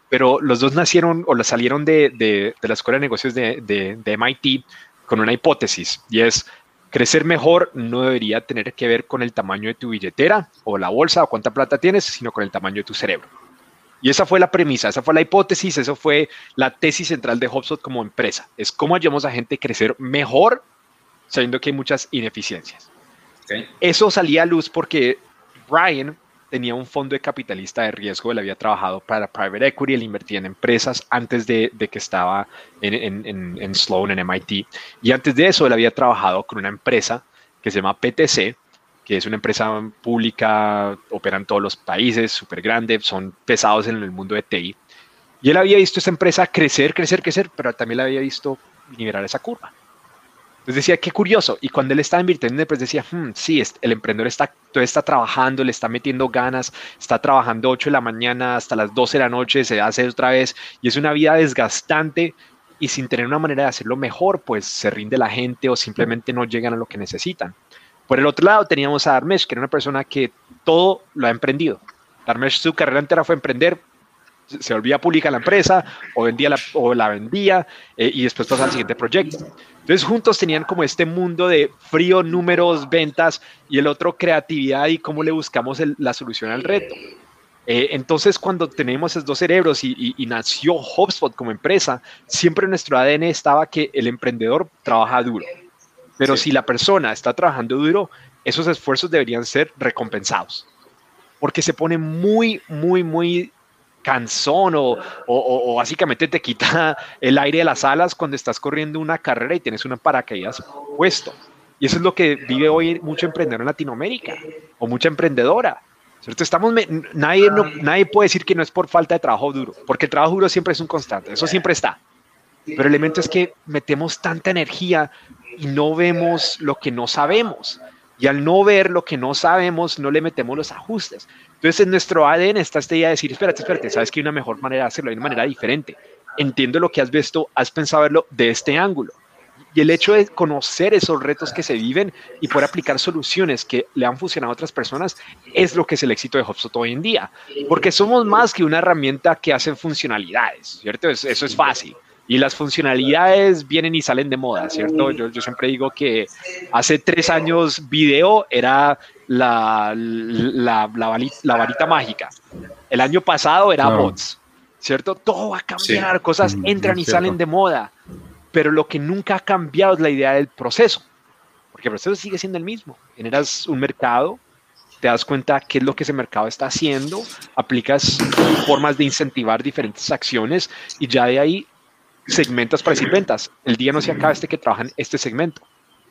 pero los dos nacieron o salieron de, de, de la Escuela de Negocios de, de, de M I T con una hipótesis, y es: crecer mejor no debería tener que ver con el tamaño de tu billetera o la bolsa o cuánta plata tienes, sino con el tamaño de tu cerebro. Y esa fue la premisa, esa fue la hipótesis, eso fue la tesis central de HubSpot como empresa. Es cómo ayudamos a gente a crecer mejor sabiendo que hay muchas ineficiencias. Okay. Eso salía a luz porque Brian tenía un fondo de capitalista de riesgo, él había trabajado para private equity, él invertía en empresas antes de, de que estaba en, en, en, en Sloan, en M I T, y antes de eso él había trabajado con una empresa que se llama P T C, que es una empresa pública, opera en todos los países, súper grande, son pesados en el mundo de T I, y él había visto esa empresa crecer, crecer, crecer, pero también la había visto liberar esa curva. Entonces decía, qué curioso. Y cuando él estaba invirtiendo, pues decía, hmm, sí, el emprendedor está, todo está trabajando, le está metiendo ganas, está trabajando ocho de la mañana hasta las doce de la noche, se hace otra vez, y es una vida desgastante, y sin tener una manera de hacerlo mejor, pues se rinde la gente o simplemente no llegan a lo que necesitan. Por el otro lado teníamos a Dharmesh, que era una persona que todo lo ha emprendido. Dharmesh, su carrera entera fue emprender, se volvía pública la empresa, o, vendía la, o la vendía, eh, y después pasaba al siguiente proyecto. Entonces juntos tenían como este mundo de frío, números, ventas, y el otro creatividad y cómo le buscamos el, la solución al reto. Eh, entonces cuando tenemos esos dos cerebros y, y, y nació HubSpot como empresa, siempre en nuestro A D N estaba que el emprendedor trabaja duro. Pero sí. Si la persona está trabajando duro, esos esfuerzos deberían ser recompensados. Porque se pone muy, muy, muy cansón o, o, o básicamente te quita el aire de las alas cuando estás corriendo una carrera y tienes una paracaídas puesto. Y eso es lo que vive hoy mucho emprendedor en Latinoamérica o mucha emprendedora. ¿Cierto? Estamos, nadie, no, nadie puede decir que no es por falta de trabajo duro, porque el trabajo duro siempre es un constante, eso siempre está. Pero el elemento es que metemos tanta energía y no vemos lo que no sabemos. Y al no ver lo que no sabemos, no le metemos los ajustes. Entonces, en nuestro A D N está esta idea de decir, espérate, espérate, sabes que hay una mejor manera de hacerlo, hay una manera diferente. Entiendo lo que has visto, has pensado verlo de este ángulo. Y el hecho de conocer esos retos que se viven y poder aplicar soluciones que le han funcionado a otras personas es lo que es el éxito de HubSpot hoy en día. Porque somos más que una herramienta que hace funcionalidades, ¿cierto? Eso es fácil. Y las funcionalidades vienen y salen de moda, ¿cierto? Yo, yo siempre digo que hace tres años video era la, la, la, varita, la varita mágica. El año pasado era no. bots, ¿cierto? Todo va a cambiar, sí. cosas entran y salen de moda. Pero lo que nunca ha cambiado es la idea del proceso. Porque el proceso sigue siendo el mismo. Generas un mercado, te das cuenta qué es lo que ese mercado está haciendo, aplicas formas de incentivar diferentes acciones y ya de ahí segmentas para decir ventas. El día no se acaba este que trabaja en este segmento.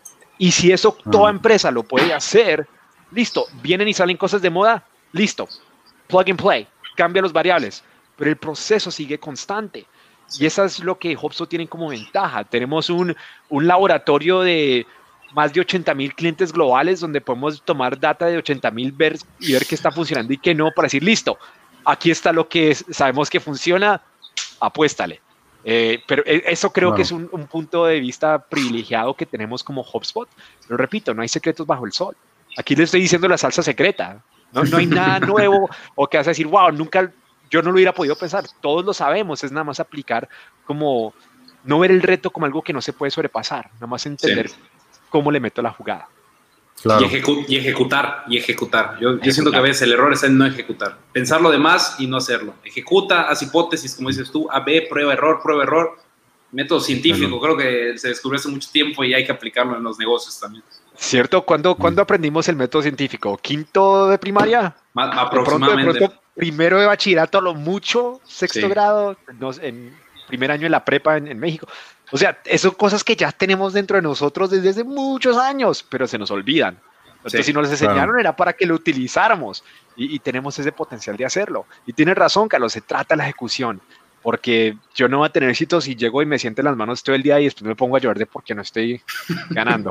Y si eso toda empresa lo puede hacer, listo, vienen y salen cosas de moda, listo, plug and play, cambia los variables, pero el proceso sigue constante. Y eso es lo que HubSpot tiene como ventaja. Tenemos un, un laboratorio de más de ochenta mil clientes globales donde podemos tomar data de ochenta mil ver, y ver qué está funcionando y qué no para decir, listo, aquí está lo que es, sabemos que funciona, apuéstale. Eh, pero eso creo claro. que es un, un punto de vista privilegiado que tenemos como HubSpot. Pero repito, no hay secretos bajo el sol. Aquí le estoy diciendo la salsa secreta. No, no hay nada nuevo o que vas a decir, wow, nunca, yo no lo hubiera podido pensar. Todos lo sabemos, es nada más aplicar como, no ver el reto como algo que no se puede sobrepasar, nada más entender sí. cómo le meto la jugada. Claro. Y, ejecu y ejecutar, y ejecutar. Yo, ejecutar. yo siento que a veces el error es en no ejecutar. Pensar lo demás y no hacerlo. Ejecuta, haz hipótesis, como dices tú, A, B, prueba, error, prueba, error. Método científico, bueno. creo que se descubrió hace mucho tiempo y hay que aplicarlo en los negocios también. ¿Cierto? ¿Cuándo, ¿cuándo aprendimos el método científico? ¿Quinto de primaria? Ma aproximadamente. De pronto, de pronto, primero de bachillerato, a lo mucho, sexto sí. grado, no, en primer año de la prepa en, en México. O sea, son cosas que ya tenemos dentro de nosotros desde hace muchos años, pero se nos olvidan. Entonces, sí, si nos les enseñaron claro. era para que lo utilizáramos y, y tenemos ese potencial de hacerlo. Y tienes razón, Carlos, se trata de la ejecución, porque yo no voy a tener éxito si llego y me siento en las manos todo el día y después me pongo a llorar de porque no estoy ganando.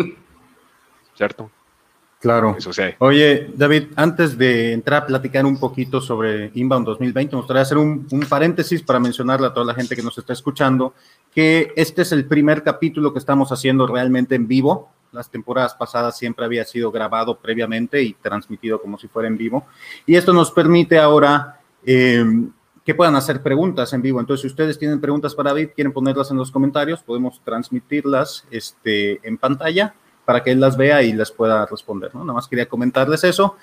¿Cierto? Claro. Oye, David, antes de entrar a platicar un poquito sobre Inbound dos mil veinte, me gustaría hacer un, un paréntesis para mencionarle a toda la gente que nos está escuchando que este es el primer capítulo que estamos haciendo realmente en vivo. Las temporadas pasadas siempre había sido grabado previamente y transmitido como si fuera en vivo. Y esto nos permite ahora eh, que puedan hacer preguntas en vivo. Entonces, si ustedes tienen preguntas para David, quieren ponerlas en los comentarios, podemos transmitirlas este, en pantalla para que él las vea y las pueda responder, ¿no? Nada más quería comentarles eso.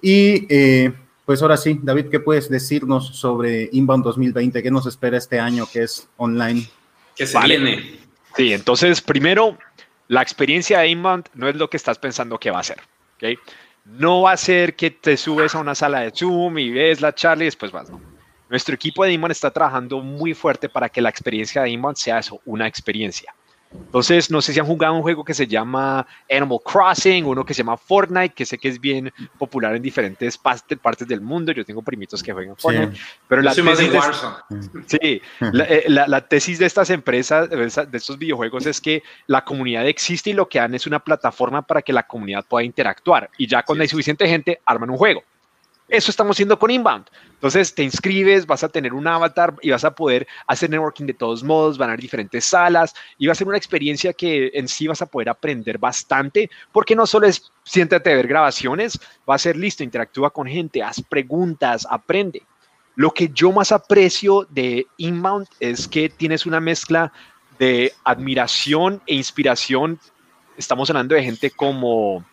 Y eh, pues ahora sí, David, ¿qué puedes decirnos sobre Inbound dos mil veinte? ¿Qué nos espera este año que es online? ¿Qué se Vale. viene? Sí, entonces, primero, la experiencia de Inbound no es lo que estás pensando que va a ser, ¿ok? No va a ser que te subes a una sala de Zoom y ves la charla y después vas, ¿no? Nuestro equipo de Inbound está trabajando muy fuerte para que la experiencia de Inbound sea eso, una experiencia. Entonces, no sé si han jugado un juego que se llama Animal Crossing, uno que se llama Fortnite, que sé que es bien popular en diferentes partes del mundo. Yo tengo primitos que juegan Fortnite. Sí. Pero Yo la soy más de tesis, Warzone. de, sí, la, eh, la, la tesis de estas empresas, de estos videojuegos, es que la comunidad existe y lo que dan es una plataforma para que la comunidad pueda interactuar. Y ya cuando Sí. hay suficiente gente, arman un juego. Eso estamos haciendo con Inbound. Entonces te inscribes, vas a tener un avatar y vas a poder hacer networking de todos modos, van a haber diferentes salas y va a ser una experiencia que en sí vas a poder aprender bastante, porque no solo es siéntate a ver grabaciones, va a ser listo, interactúa con gente, haz preguntas, aprende. Lo que yo más aprecio de Inbound es que tienes una mezcla de admiración e inspiración. Estamos hablando de gente como,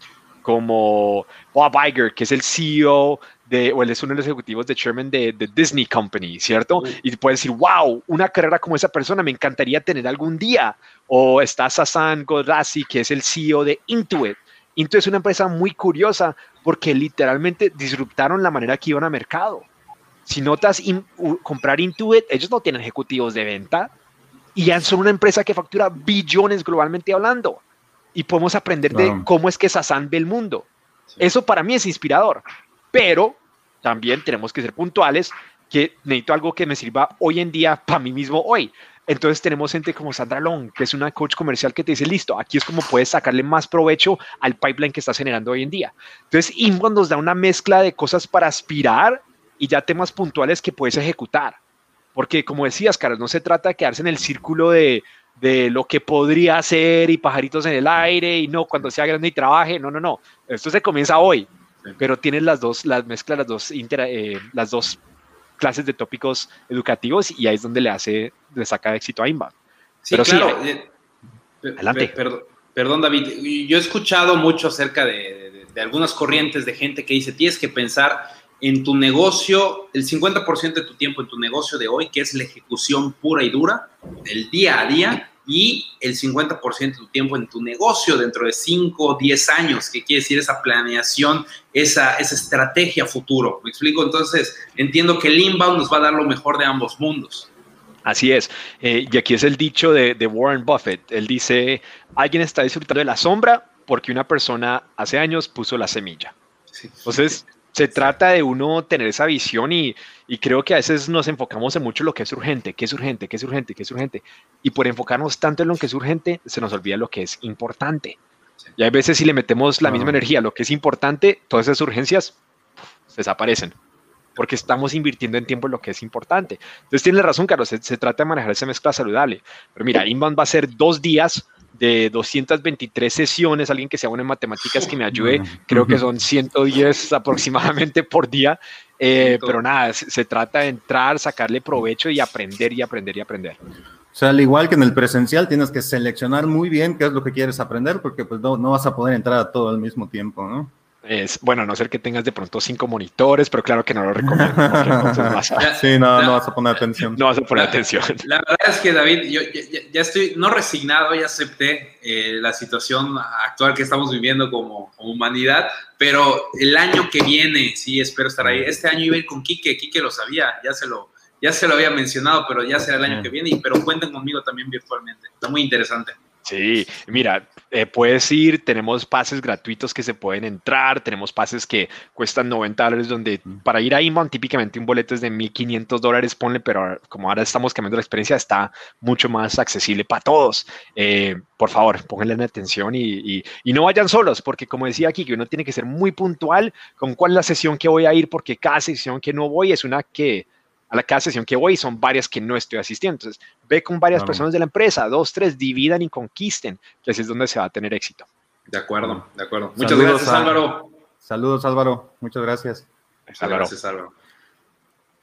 como Bob Iger, que es el C E O de, o él es uno de los ejecutivos de chairman de, de Disney Company, ¿cierto? Uh. Y puedes decir, wow, una carrera como esa persona me encantaría tener algún día. O está Sasan Goldrazi, que es el C E O de Intuit. Intuit es una empresa muy curiosa porque literalmente disruptaron la manera que iban a mercado. Si notas in, uh, comprar Intuit, ellos no tienen ejecutivos de venta y ya son una empresa que factura billones globalmente hablando. Y podemos aprender de wow. cómo es que Sasan ve el mundo. Sí. Eso para mí es inspirador, pero también tenemos que ser puntuales, que necesito algo que me sirva hoy en día para mí mismo hoy. Entonces tenemos gente como Sandra Long, que es una coach comercial que te dice, listo, aquí es como puedes sacarle más provecho al pipeline que estás generando hoy en día. Entonces Inbound nos da una mezcla de cosas para aspirar y ya temas puntuales que puedes ejecutar. Porque como decías, Carlos, no se trata de quedarse en el círculo de, de lo que podría hacer y pajaritos en el aire y no, cuando sea grande y trabaje. No, no, no. Esto se comienza hoy. Pero tienes las dos, las mezclas, las dos, inter, eh, las dos clases de tópicos educativos y ahí es donde le hace, le saca éxito a Inbound. Sí, Pero claro. Sí, eh, adelante. Per, perdón, perdón, David. Yo he escuchado mucho acerca de, de, de algunas corrientes de gente que dice, tienes que pensar en tu negocio, el cincuenta por ciento de tu tiempo en tu negocio de hoy, que es la ejecución pura y dura, el día a día, y el cincuenta por ciento de tu tiempo en tu negocio dentro de cinco o diez años, que quiere decir esa planeación, esa, esa estrategia futuro. ¿Me explico? Entonces, entiendo que el Inbound nos va a dar lo mejor de ambos mundos. Así es. Eh, y aquí es el dicho de, de Warren Buffett. Él dice, alguien está disfrutando de la sombra porque una persona hace años puso la semilla. Sí. Entonces, se trata de uno tener esa visión y, y creo que a veces nos enfocamos en mucho lo que es urgente, qué es urgente, qué es urgente, qué es urgente. Y por enfocarnos tanto en lo que es urgente, se nos olvida lo que es importante. Sí. Y hay veces si le metemos la misma uh-huh. energía a lo que es importante, todas esas urgencias pff, desaparecen. Porque estamos invirtiendo en tiempo en lo que es importante. Entonces tienes razón, Carlos, se, se trata de manejar esa mezcla saludable. Pero mira, Inbound va a ser dos días de doscientas veintitrés sesiones, alguien que sea bueno en matemáticas que me ayude, creo que son ciento diez aproximadamente por día, eh, pero nada, se, se trata de entrar, sacarle provecho y aprender y aprender y aprender. O sea, al igual que en el presencial, tienes que seleccionar muy bien qué es lo que quieres aprender, porque pues no, no vas a poder entrar a todo al mismo tiempo, ¿no? Es, bueno, a no ser que tengas de pronto cinco monitores, pero claro que no lo recomiendo. Vas a, sí, no, la, no vas a poner atención. No vas a poner la, atención. La verdad es que, David, yo ya, ya estoy no resignado, ya acepté eh, la situación actual que estamos viviendo como, como humanidad, pero el año que viene, sí, espero estar ahí. Este año iba a ir con Quique, Quique lo sabía, ya se lo, ya se lo había mencionado, pero ya será el año que viene, pero cuenten conmigo también virtualmente. Está muy interesante. Sí, mira, eh, puedes ir, tenemos pases gratuitos que se pueden entrar, tenemos pases que cuestan noventa dólares, donde para ir a Inbound típicamente un boleto es de mil quinientos dólares, ponle, pero como ahora estamos cambiando la experiencia, está mucho más accesible para todos. Eh, por favor, pónganle atención y, y, y no vayan solos, porque como decía aquí, que uno tiene que ser muy puntual con cuál es la sesión que voy a ir, porque cada sesión que no voy es una que... a la cada sesión que voy son varias que no estoy asistiendo. Entonces, ve con varias claro. personas de la empresa, dos, tres, dividan y conquisten, que así es donde se va a tener éxito. De acuerdo, de acuerdo. Muchas saludos gracias, a, Álvaro. Saludos, Álvaro. Muchas gracias. Muchas gracias, Álvaro.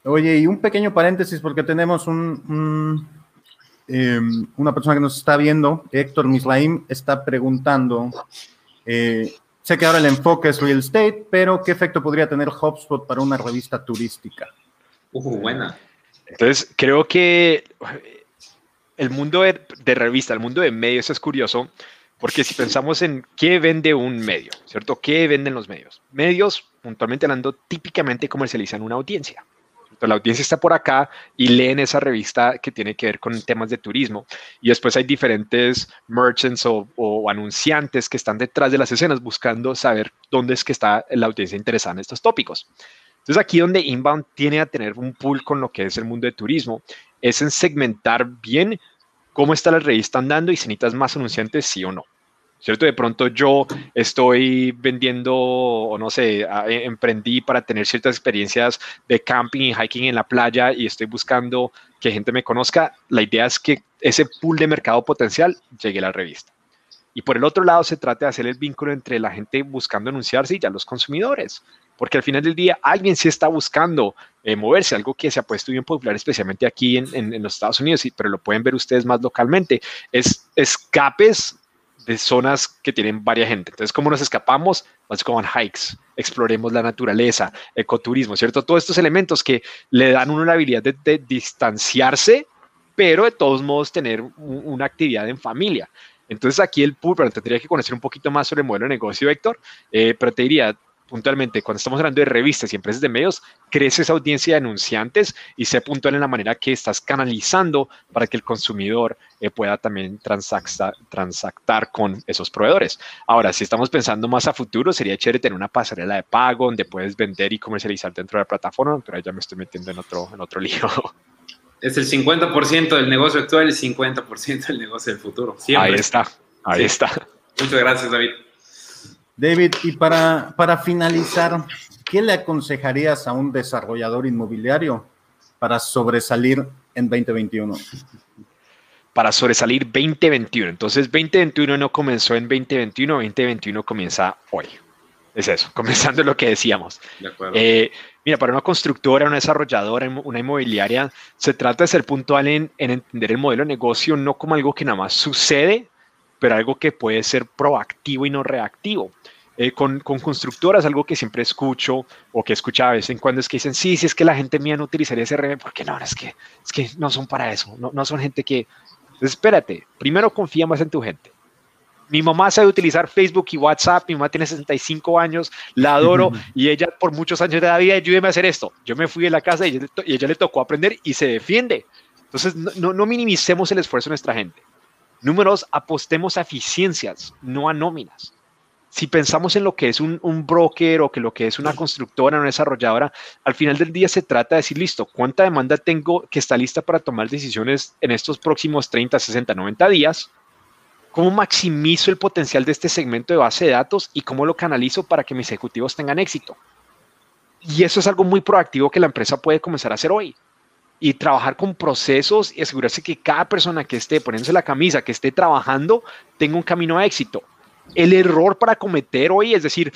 Oye, y un pequeño paréntesis porque tenemos un, un, eh, una persona que nos está viendo, Héctor Mislaim, está preguntando, eh, sé que ahora el enfoque es real estate, pero ¿qué efecto podría tener HubSpot para una revista turística? Uh, buena. Entonces, creo que el mundo de, de revista, el mundo de medios es curioso, porque si pensamos en qué vende un medio, ¿cierto? ¿Qué venden los medios? Medios, puntualmente hablando, típicamente comercializan una audiencia. La audiencia está por acá y leen esa revista que tiene que ver con temas de turismo. Y después hay diferentes merchants o, o anunciantes que están detrás de las escenas buscando saber dónde es que está la audiencia interesada en estos tópicos. Entonces aquí donde Inbound tiene a tener un pool con lo que es el mundo de turismo es en segmentar bien cómo está la revista andando y si necesitas más anunciantes, sí o no. ¿Cierto? De pronto yo estoy vendiendo, o no sé, emprendí para tener ciertas experiencias de camping y hiking en la playa y estoy buscando que gente me conozca. La idea es que ese pool de mercado potencial llegue a la revista. Y por el otro lado se trata de hacer el vínculo entre la gente buscando anunciarse y ya los consumidores. Porque al final del día alguien sí está buscando eh, moverse, algo que se ha puesto bien popular, especialmente aquí en, en, en los Estados Unidos, pero lo pueden ver ustedes más localmente, es escapes de zonas que tienen varias gente. Entonces, ¿cómo nos escapamos? Let's go on hikes, exploremos la naturaleza, ecoturismo, ¿cierto? Todos estos elementos que le dan a uno la habilidad de, de distanciarse, pero de todos modos tener un, una actividad en familia. Entonces, aquí el pool, pero tendría que conocer un poquito más sobre el modelo de negocio, Héctor, eh, pero te diría, puntualmente, cuando estamos hablando de revistas y empresas de medios, crece esa audiencia de anunciantes y sé puntual en la manera que estás canalizando para que el consumidor eh, pueda también transacta, transactar con esos proveedores. Ahora, si estamos pensando más a futuro, sería chévere tener una pasarela de pago donde puedes vender y comercializar dentro de la plataforma, pero ahí ya me estoy metiendo en otro, en otro lío. Es el cincuenta por ciento del negocio actual y el cincuenta por ciento del negocio del futuro. Siempre. Ahí está, ahí sí. está. Muchas gracias, David. David, y para, para finalizar, ¿qué le aconsejarías a un desarrollador inmobiliario para sobresalir en veinte veintiuno? Para sobresalir veinte veintiuno. Entonces, veinte veintiuno no comenzó en veinte veintiuno, veinte veintiuno comienza hoy. Es eso, comenzando lo que decíamos. De acuerdo. Eh, mira, para una constructora, una desarrolladora, una inmobiliaria, se trata de ser puntual en, en entender el modelo de negocio no como algo que nada más sucede, pero algo que puede ser proactivo y no reactivo. Eh, con, con constructoras, algo que siempre escucho o que escuchaba de vez en cuando es que dicen, sí, sí, es que la gente mía no utilizaría ese R M, porque no, es que, es que no son para eso, no, no son gente que... Entonces, espérate, primero confía más en tu gente. Mi mamá sabe utilizar Facebook y WhatsApp, mi mamá tiene sesenta y cinco años, la adoro y ella por muchos años de la vida, ayúdeme a hacer esto. Yo me fui de la casa y ella, y ella le tocó aprender y se defiende. Entonces, no, no, no minimicemos el esfuerzo de nuestra gente. Número dos, apostemos a eficiencias, no a nóminas. Si pensamos en lo que es un, un broker o que lo que es una constructora, una desarrolladora, al final del día se trata de decir, listo, ¿cuánta demanda tengo que está lista para tomar decisiones en estos próximos treinta, sesenta, noventa días? ¿Cómo maximizo el potencial de este segmento de base de datos y cómo lo canalizo para que mis ejecutivos tengan éxito? Y eso es algo muy proactivo que la empresa puede comenzar a hacer hoy. Y trabajar con procesos y asegurarse que cada persona que esté poniéndose la camisa, que esté trabajando, tenga un camino a éxito. El error para cometer hoy es decir,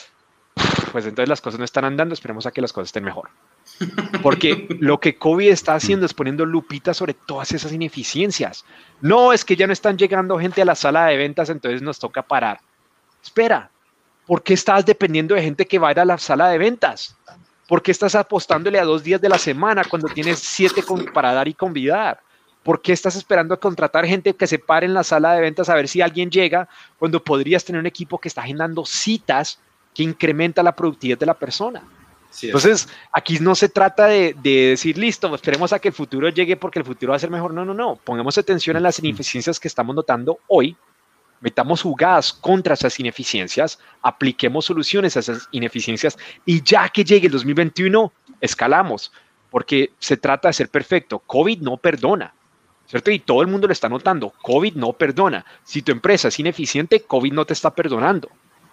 pues entonces las cosas no están andando, esperemos a que las cosas estén mejor. Porque lo que COVID está haciendo es poniendo lupita sobre todas esas ineficiencias. No, es que ya no están llegando gente a la sala de ventas, entonces nos toca parar. Espera, ¿por qué estás dependiendo de gente que va a ir a la sala de ventas? ¿Por qué estás apostándole a dos días de la semana cuando tienes siete con, para dar y convidar? ¿Por qué estás esperando a contratar gente que se pare en la sala de ventas a ver si alguien llega cuando podrías tener un equipo que está agendando citas que incrementa la productividad de la persona? Sí, entonces, aquí no se trata de, de decir, listo, esperemos a que el futuro llegue porque el futuro va a ser mejor. No, no, no. Pongamos atención a las ineficiencias que estamos notando hoy. Metamos jugadas contra esas ineficiencias, apliquemos soluciones a esas ineficiencias y ya que llegue el dos mil veintiuno, escalamos. Porque se trata de ser perfecto. COVID no perdona. ¿Cierto? Y todo el mundo lo está notando. COVID no perdona. Si tu empresa es ineficiente, COVID no te está perdonando.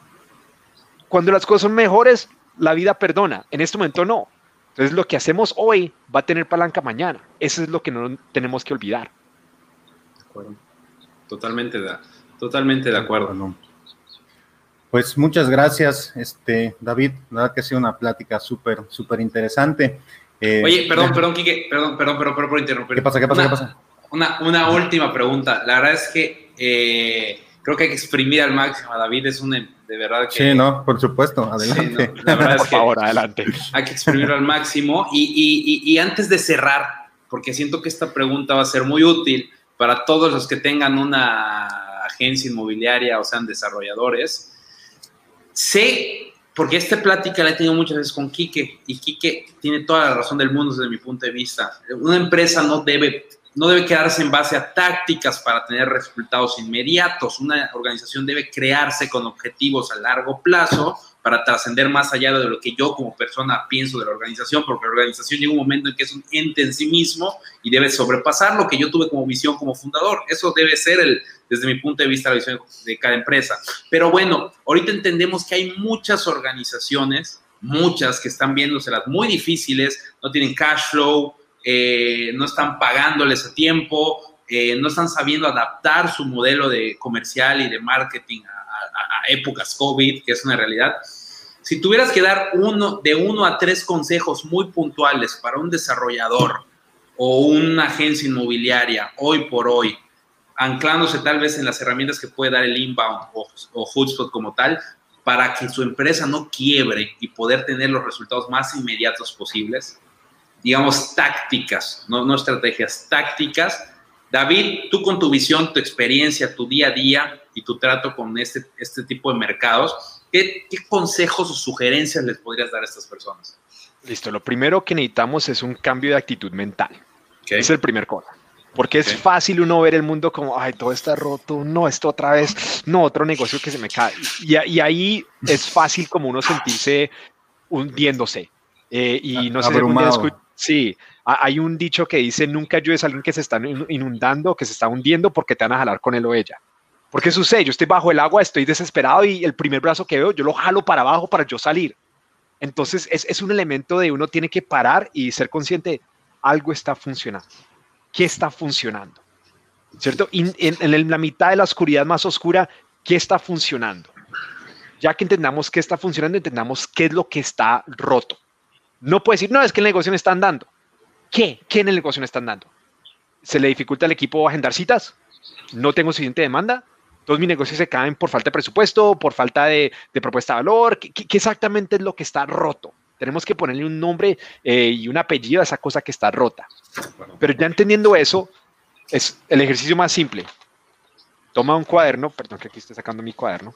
Cuando las cosas son mejores, la vida perdona. En este momento no. Entonces lo que hacemos hoy va a tener palanca mañana. Eso es lo que no tenemos que olvidar. De acuerdo. Totalmente de, totalmente de acuerdo. Bueno, pues muchas gracias, este, David. La verdad que ha sido una plática súper, súper interesante. Eh, Oye, perdón, perdón, Quique, perdón, perdón, perdón, perdón por interrumpir. ¿Qué pasa, qué pasa, una, qué pasa? Una, una última pregunta. La verdad es que eh, creo que hay que exprimir al máximo a David. Es un, de verdad que... Sí, no, por supuesto, adelante. Sí, no, la verdad es Por que favor, adelante. hay que exprimirlo al máximo. Y, y, y, y antes de cerrar, porque siento que esta pregunta va a ser muy útil para todos los que tengan una agencia inmobiliaria o sean desarrolladores. Sé, porque esta plática la he tenido muchas veces con Quique, y Quique tiene toda la razón del mundo desde mi punto de vista. Una empresa no debe, no debe quedarse en base a tácticas para tener resultados inmediatos. Una organización debe crearse con objetivos a largo plazo para trascender más allá de lo que yo como persona pienso de la organización, porque la organización llega un momento en que es un ente en sí mismo y debe sobrepasar lo que yo tuve como visión como fundador. Eso debe ser, el, desde mi punto de vista, la visión de cada empresa. Pero bueno, ahorita entendemos que hay muchas organizaciones, muchas que están viéndoselas muy difíciles, no tienen cash flow, eh, no están pagándoles a tiempo, eh, no están sabiendo adaptar su modelo de comercial y de marketing a, a, a épocas COVID, que es una realidad. Si tuvieras que dar uno, de uno a tres consejos muy puntuales para un desarrollador o una agencia inmobiliaria hoy por hoy, anclándose tal vez en las herramientas que puede dar el Inbound o, o HubSpot como tal, para que su empresa no quiebre y poder tener los resultados más inmediatos posibles, digamos tácticas, no, no estrategias, tácticas. David, tú con tu visión, tu experiencia, tu día a día y tu trato con este, este tipo de mercados, ¿qué, ¿qué consejos o sugerencias les podrías dar a estas personas? Listo, lo primero que necesitamos es un cambio de actitud mental. Okay. Es el primer cosa. Porque okay. es fácil uno ver el mundo como, ay, todo está roto, no, esto otra vez, no, otro negocio que se me cae. Y, y ahí es fácil como uno sentirse hundiéndose. Eh, y no sé si algún día escuché. Sí, hay un dicho que dice, nunca ayudes a alguien que se está inundando, que se está hundiendo, porque te van a jalar con él o ella. Porque sucede, yo estoy bajo el agua, estoy desesperado y el primer brazo que veo, yo lo jalo para abajo para yo salir. Entonces es, es un elemento de uno tiene que parar y ser consciente de algo está funcionando. ¿Qué está funcionando? ¿Cierto? Y en, en la mitad de la oscuridad más oscura, ¿qué está funcionando? Ya que entendamos qué está funcionando, entendamos qué es lo que está roto. No puede decir, no, es que el negocio no está andando. ¿Qué? ¿Qué en el negocio no está andando? ¿Se le dificulta al equipo agendar citas? ¿No tengo suficiente demanda? ¿Todos mis negocios se caen por falta de presupuesto, por falta de, de propuesta de valor? ¿Qué, qué exactamente es lo que está roto? Tenemos que ponerle un nombre eh, y un apellido a esa cosa que está rota. Pero ya entendiendo eso, es el ejercicio más simple. Toma un cuaderno, perdón que aquí estoy sacando mi cuaderno.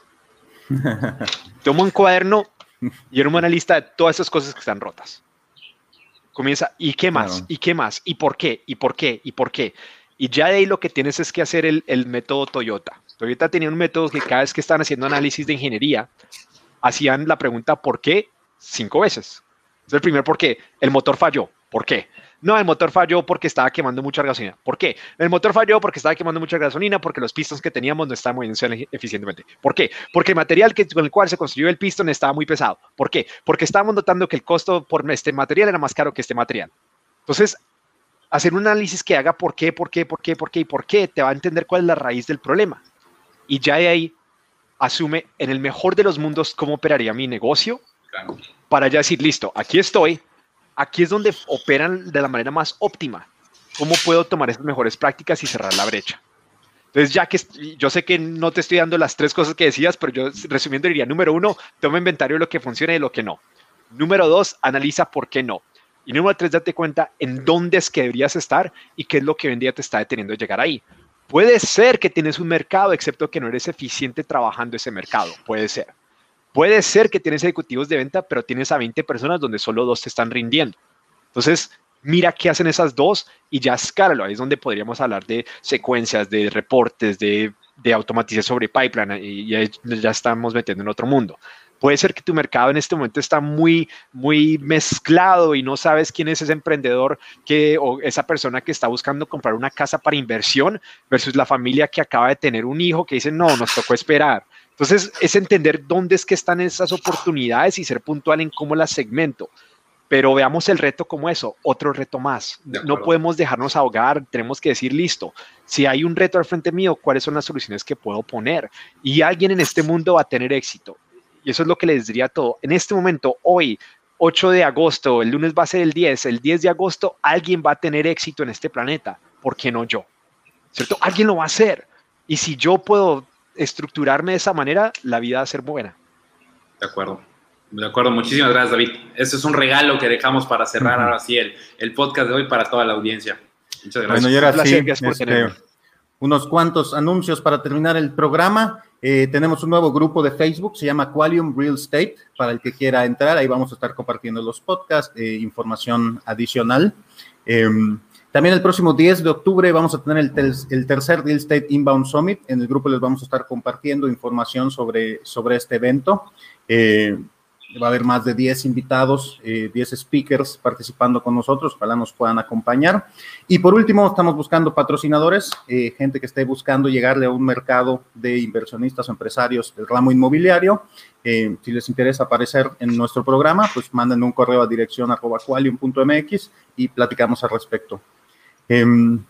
Toma un cuaderno y arma una lista de todas esas cosas que están rotas. Comienza, ¿y qué más? Claro. ¿Y qué más? ¿Y por qué? ¿Y por qué? ¿Y por qué? Y ya de ahí lo que tienes es que hacer el, el método Toyota. Toyota tenía un método que cada vez que estaban haciendo análisis de ingeniería, hacían la pregunta ¿por qué? Cinco veces. Es el primer ¿por qué? El motor falló. ¿Por qué? No, el motor falló porque estaba quemando mucha gasolina. ¿Por qué? El motor falló porque estaba quemando mucha gasolina, porque los pistons que teníamos no estaban moviéndose eficientemente. ¿Por qué? Porque el material que, con el cual se construyó el piston estaba muy pesado. ¿Por qué? Porque estábamos notando que el costo por este material era más caro que este material. Entonces, hacer un análisis que haga por qué, por qué, por qué, por qué y por qué, te va a entender cuál es la raíz del problema. Y ya de ahí, asume en el mejor de los mundos cómo operaría mi negocio, claro, para ya decir, listo, aquí estoy, aquí es donde operan de la manera más óptima. ¿Cómo puedo tomar esas mejores prácticas y cerrar la brecha? Entonces, ya que yo sé que no te estoy dando las tres cosas que decías, pero yo resumiendo diría, número uno, toma inventario de lo que funciona y de lo que no. Número dos, analiza por qué no. Y número tres, date cuenta en dónde es que deberías estar y qué es lo que hoy en día te está deteniendo de llegar ahí. Puede ser que tienes un mercado, excepto que no eres eficiente trabajando ese mercado. Puede ser. Puede ser que tienes ejecutivos de venta, pero tienes a veinte personas donde solo dos te están rindiendo. Entonces, mira qué hacen esas dos y ya escálalo. Ahí es donde podríamos hablar de secuencias, de reportes, de, de automatización sobre pipeline y ya, ya estamos metiendo en otro mundo. Puede ser que tu mercado en este momento está muy, muy mezclado y no sabes quién es ese emprendedor que, o esa persona que está buscando comprar una casa para inversión versus la familia que acaba de tener un hijo que dice, no, nos tocó esperar. Entonces, es entender dónde es que están esas oportunidades y ser puntual en cómo las segmento. Pero veamos el reto como eso, otro reto más. No podemos dejarnos ahogar, tenemos que decir, listo, si hay un reto al frente mío, ¿cuáles son las soluciones que puedo poner? Y alguien en este mundo va a tener éxito. Y eso es lo que les diría a todo. En este momento, hoy, ocho de agosto, el lunes va a ser el diez, el diez de agosto alguien va a tener éxito en este planeta, ¿por qué no yo? ¿Cierto? Alguien lo va a hacer. Y si yo puedo estructurarme de esa manera, la vida va a ser buena. De acuerdo. De acuerdo, muchísimas gracias, David. Este es un regalo que dejamos para cerrar uh-huh. ahora sí el, el podcast de hoy para toda la audiencia. Muchas gracias. Bueno, y ahora sí, este, unos cuantos anuncios para terminar el programa. Eh, tenemos un nuevo grupo de Facebook, se llama Qualium Real Estate, para el que quiera entrar. Ahí vamos a estar compartiendo los podcasts, eh, información adicional. Eh, también el próximo diez de octubre vamos a tener el, ter el tercer Real Estate Inbound Summit. En el grupo les vamos a estar compartiendo información sobre, sobre este evento. Eh, Va a haber más de diez invitados, eh, diez speakers participando con nosotros, ojalá nos puedan acompañar. Y por último, estamos buscando patrocinadores, eh, gente que esté buscando llegarle a un mercado de inversionistas o empresarios del ramo inmobiliario. Eh, si les interesa aparecer en nuestro programa, pues manden un correo a dirección arroba qualium punto mx y platicamos al respecto. Eh,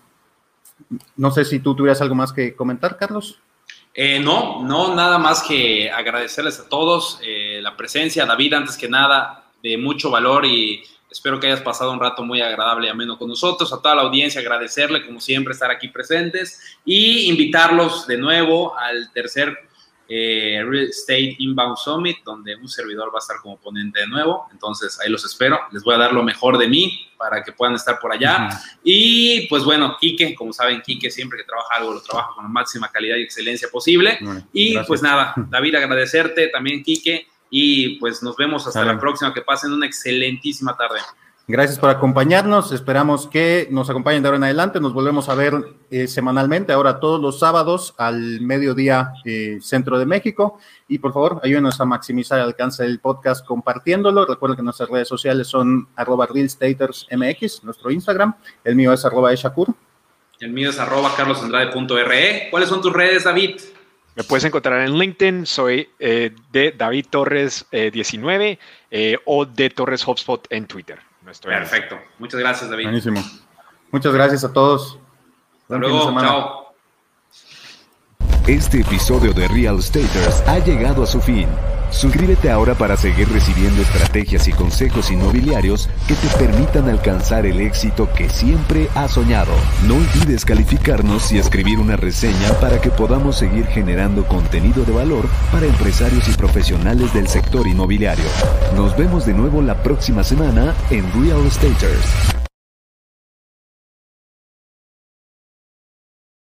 no sé si tú tuvieras algo más que comentar, Carlos. Eh, no, no, nada más que agradecerles a todos eh, la presencia. David, antes que nada, de mucho valor y espero que hayas pasado un rato muy agradable y ameno con nosotros. A toda la audiencia, agradecerle, como siempre, estar aquí presentes y invitarlos de nuevo al tercer eh, Real Estate Inbound Summit, donde un servidor va a estar como ponente de nuevo. Entonces, ahí los espero. Les voy a dar lo mejor de mí para que puedan estar por allá. Uh-huh. Y, pues, bueno, Quique, como saben, Quique siempre que trabaja algo, lo trabaja con la máxima calidad y excelencia posible. Uh-huh. Y, gracias. Pues, nada, David, agradecerte también, Quique. Y, pues, nos vemos hasta Dale. la próxima. Que pasen una excelentísima tarde. Gracias por acompañarnos. Esperamos que nos acompañen de ahora en adelante. Nos volvemos a ver eh, semanalmente, ahora todos los sábados al mediodía eh, Centro de México. Y por favor, ayúdenos a maximizar el alcance del podcast compartiéndolo. Recuerden que nuestras redes sociales son arroba realstatersmx, nuestro Instagram. El mío es arroba eshakur. El mío es arroba carlosandrade punto re. ¿Cuáles son tus redes, David? Me puedes encontrar en LinkedIn, soy eh, de David Torres eh, diecinueve eh, o de Torres HubSpot en Twitter. Perfecto. En Muchas gracias, David. Buenísimo. Muchas gracias a todos. Hasta luego. Chao. Este episodio de Real Staters ha llegado a su fin. Suscríbete ahora para seguir recibiendo estrategias y consejos inmobiliarios que te permitan alcanzar el éxito que siempre has soñado. No olvides calificarnos y escribir una reseña para que podamos seguir generando contenido de valor para empresarios y profesionales del sector inmobiliario. Nos vemos de nuevo la próxima semana en Real Staters.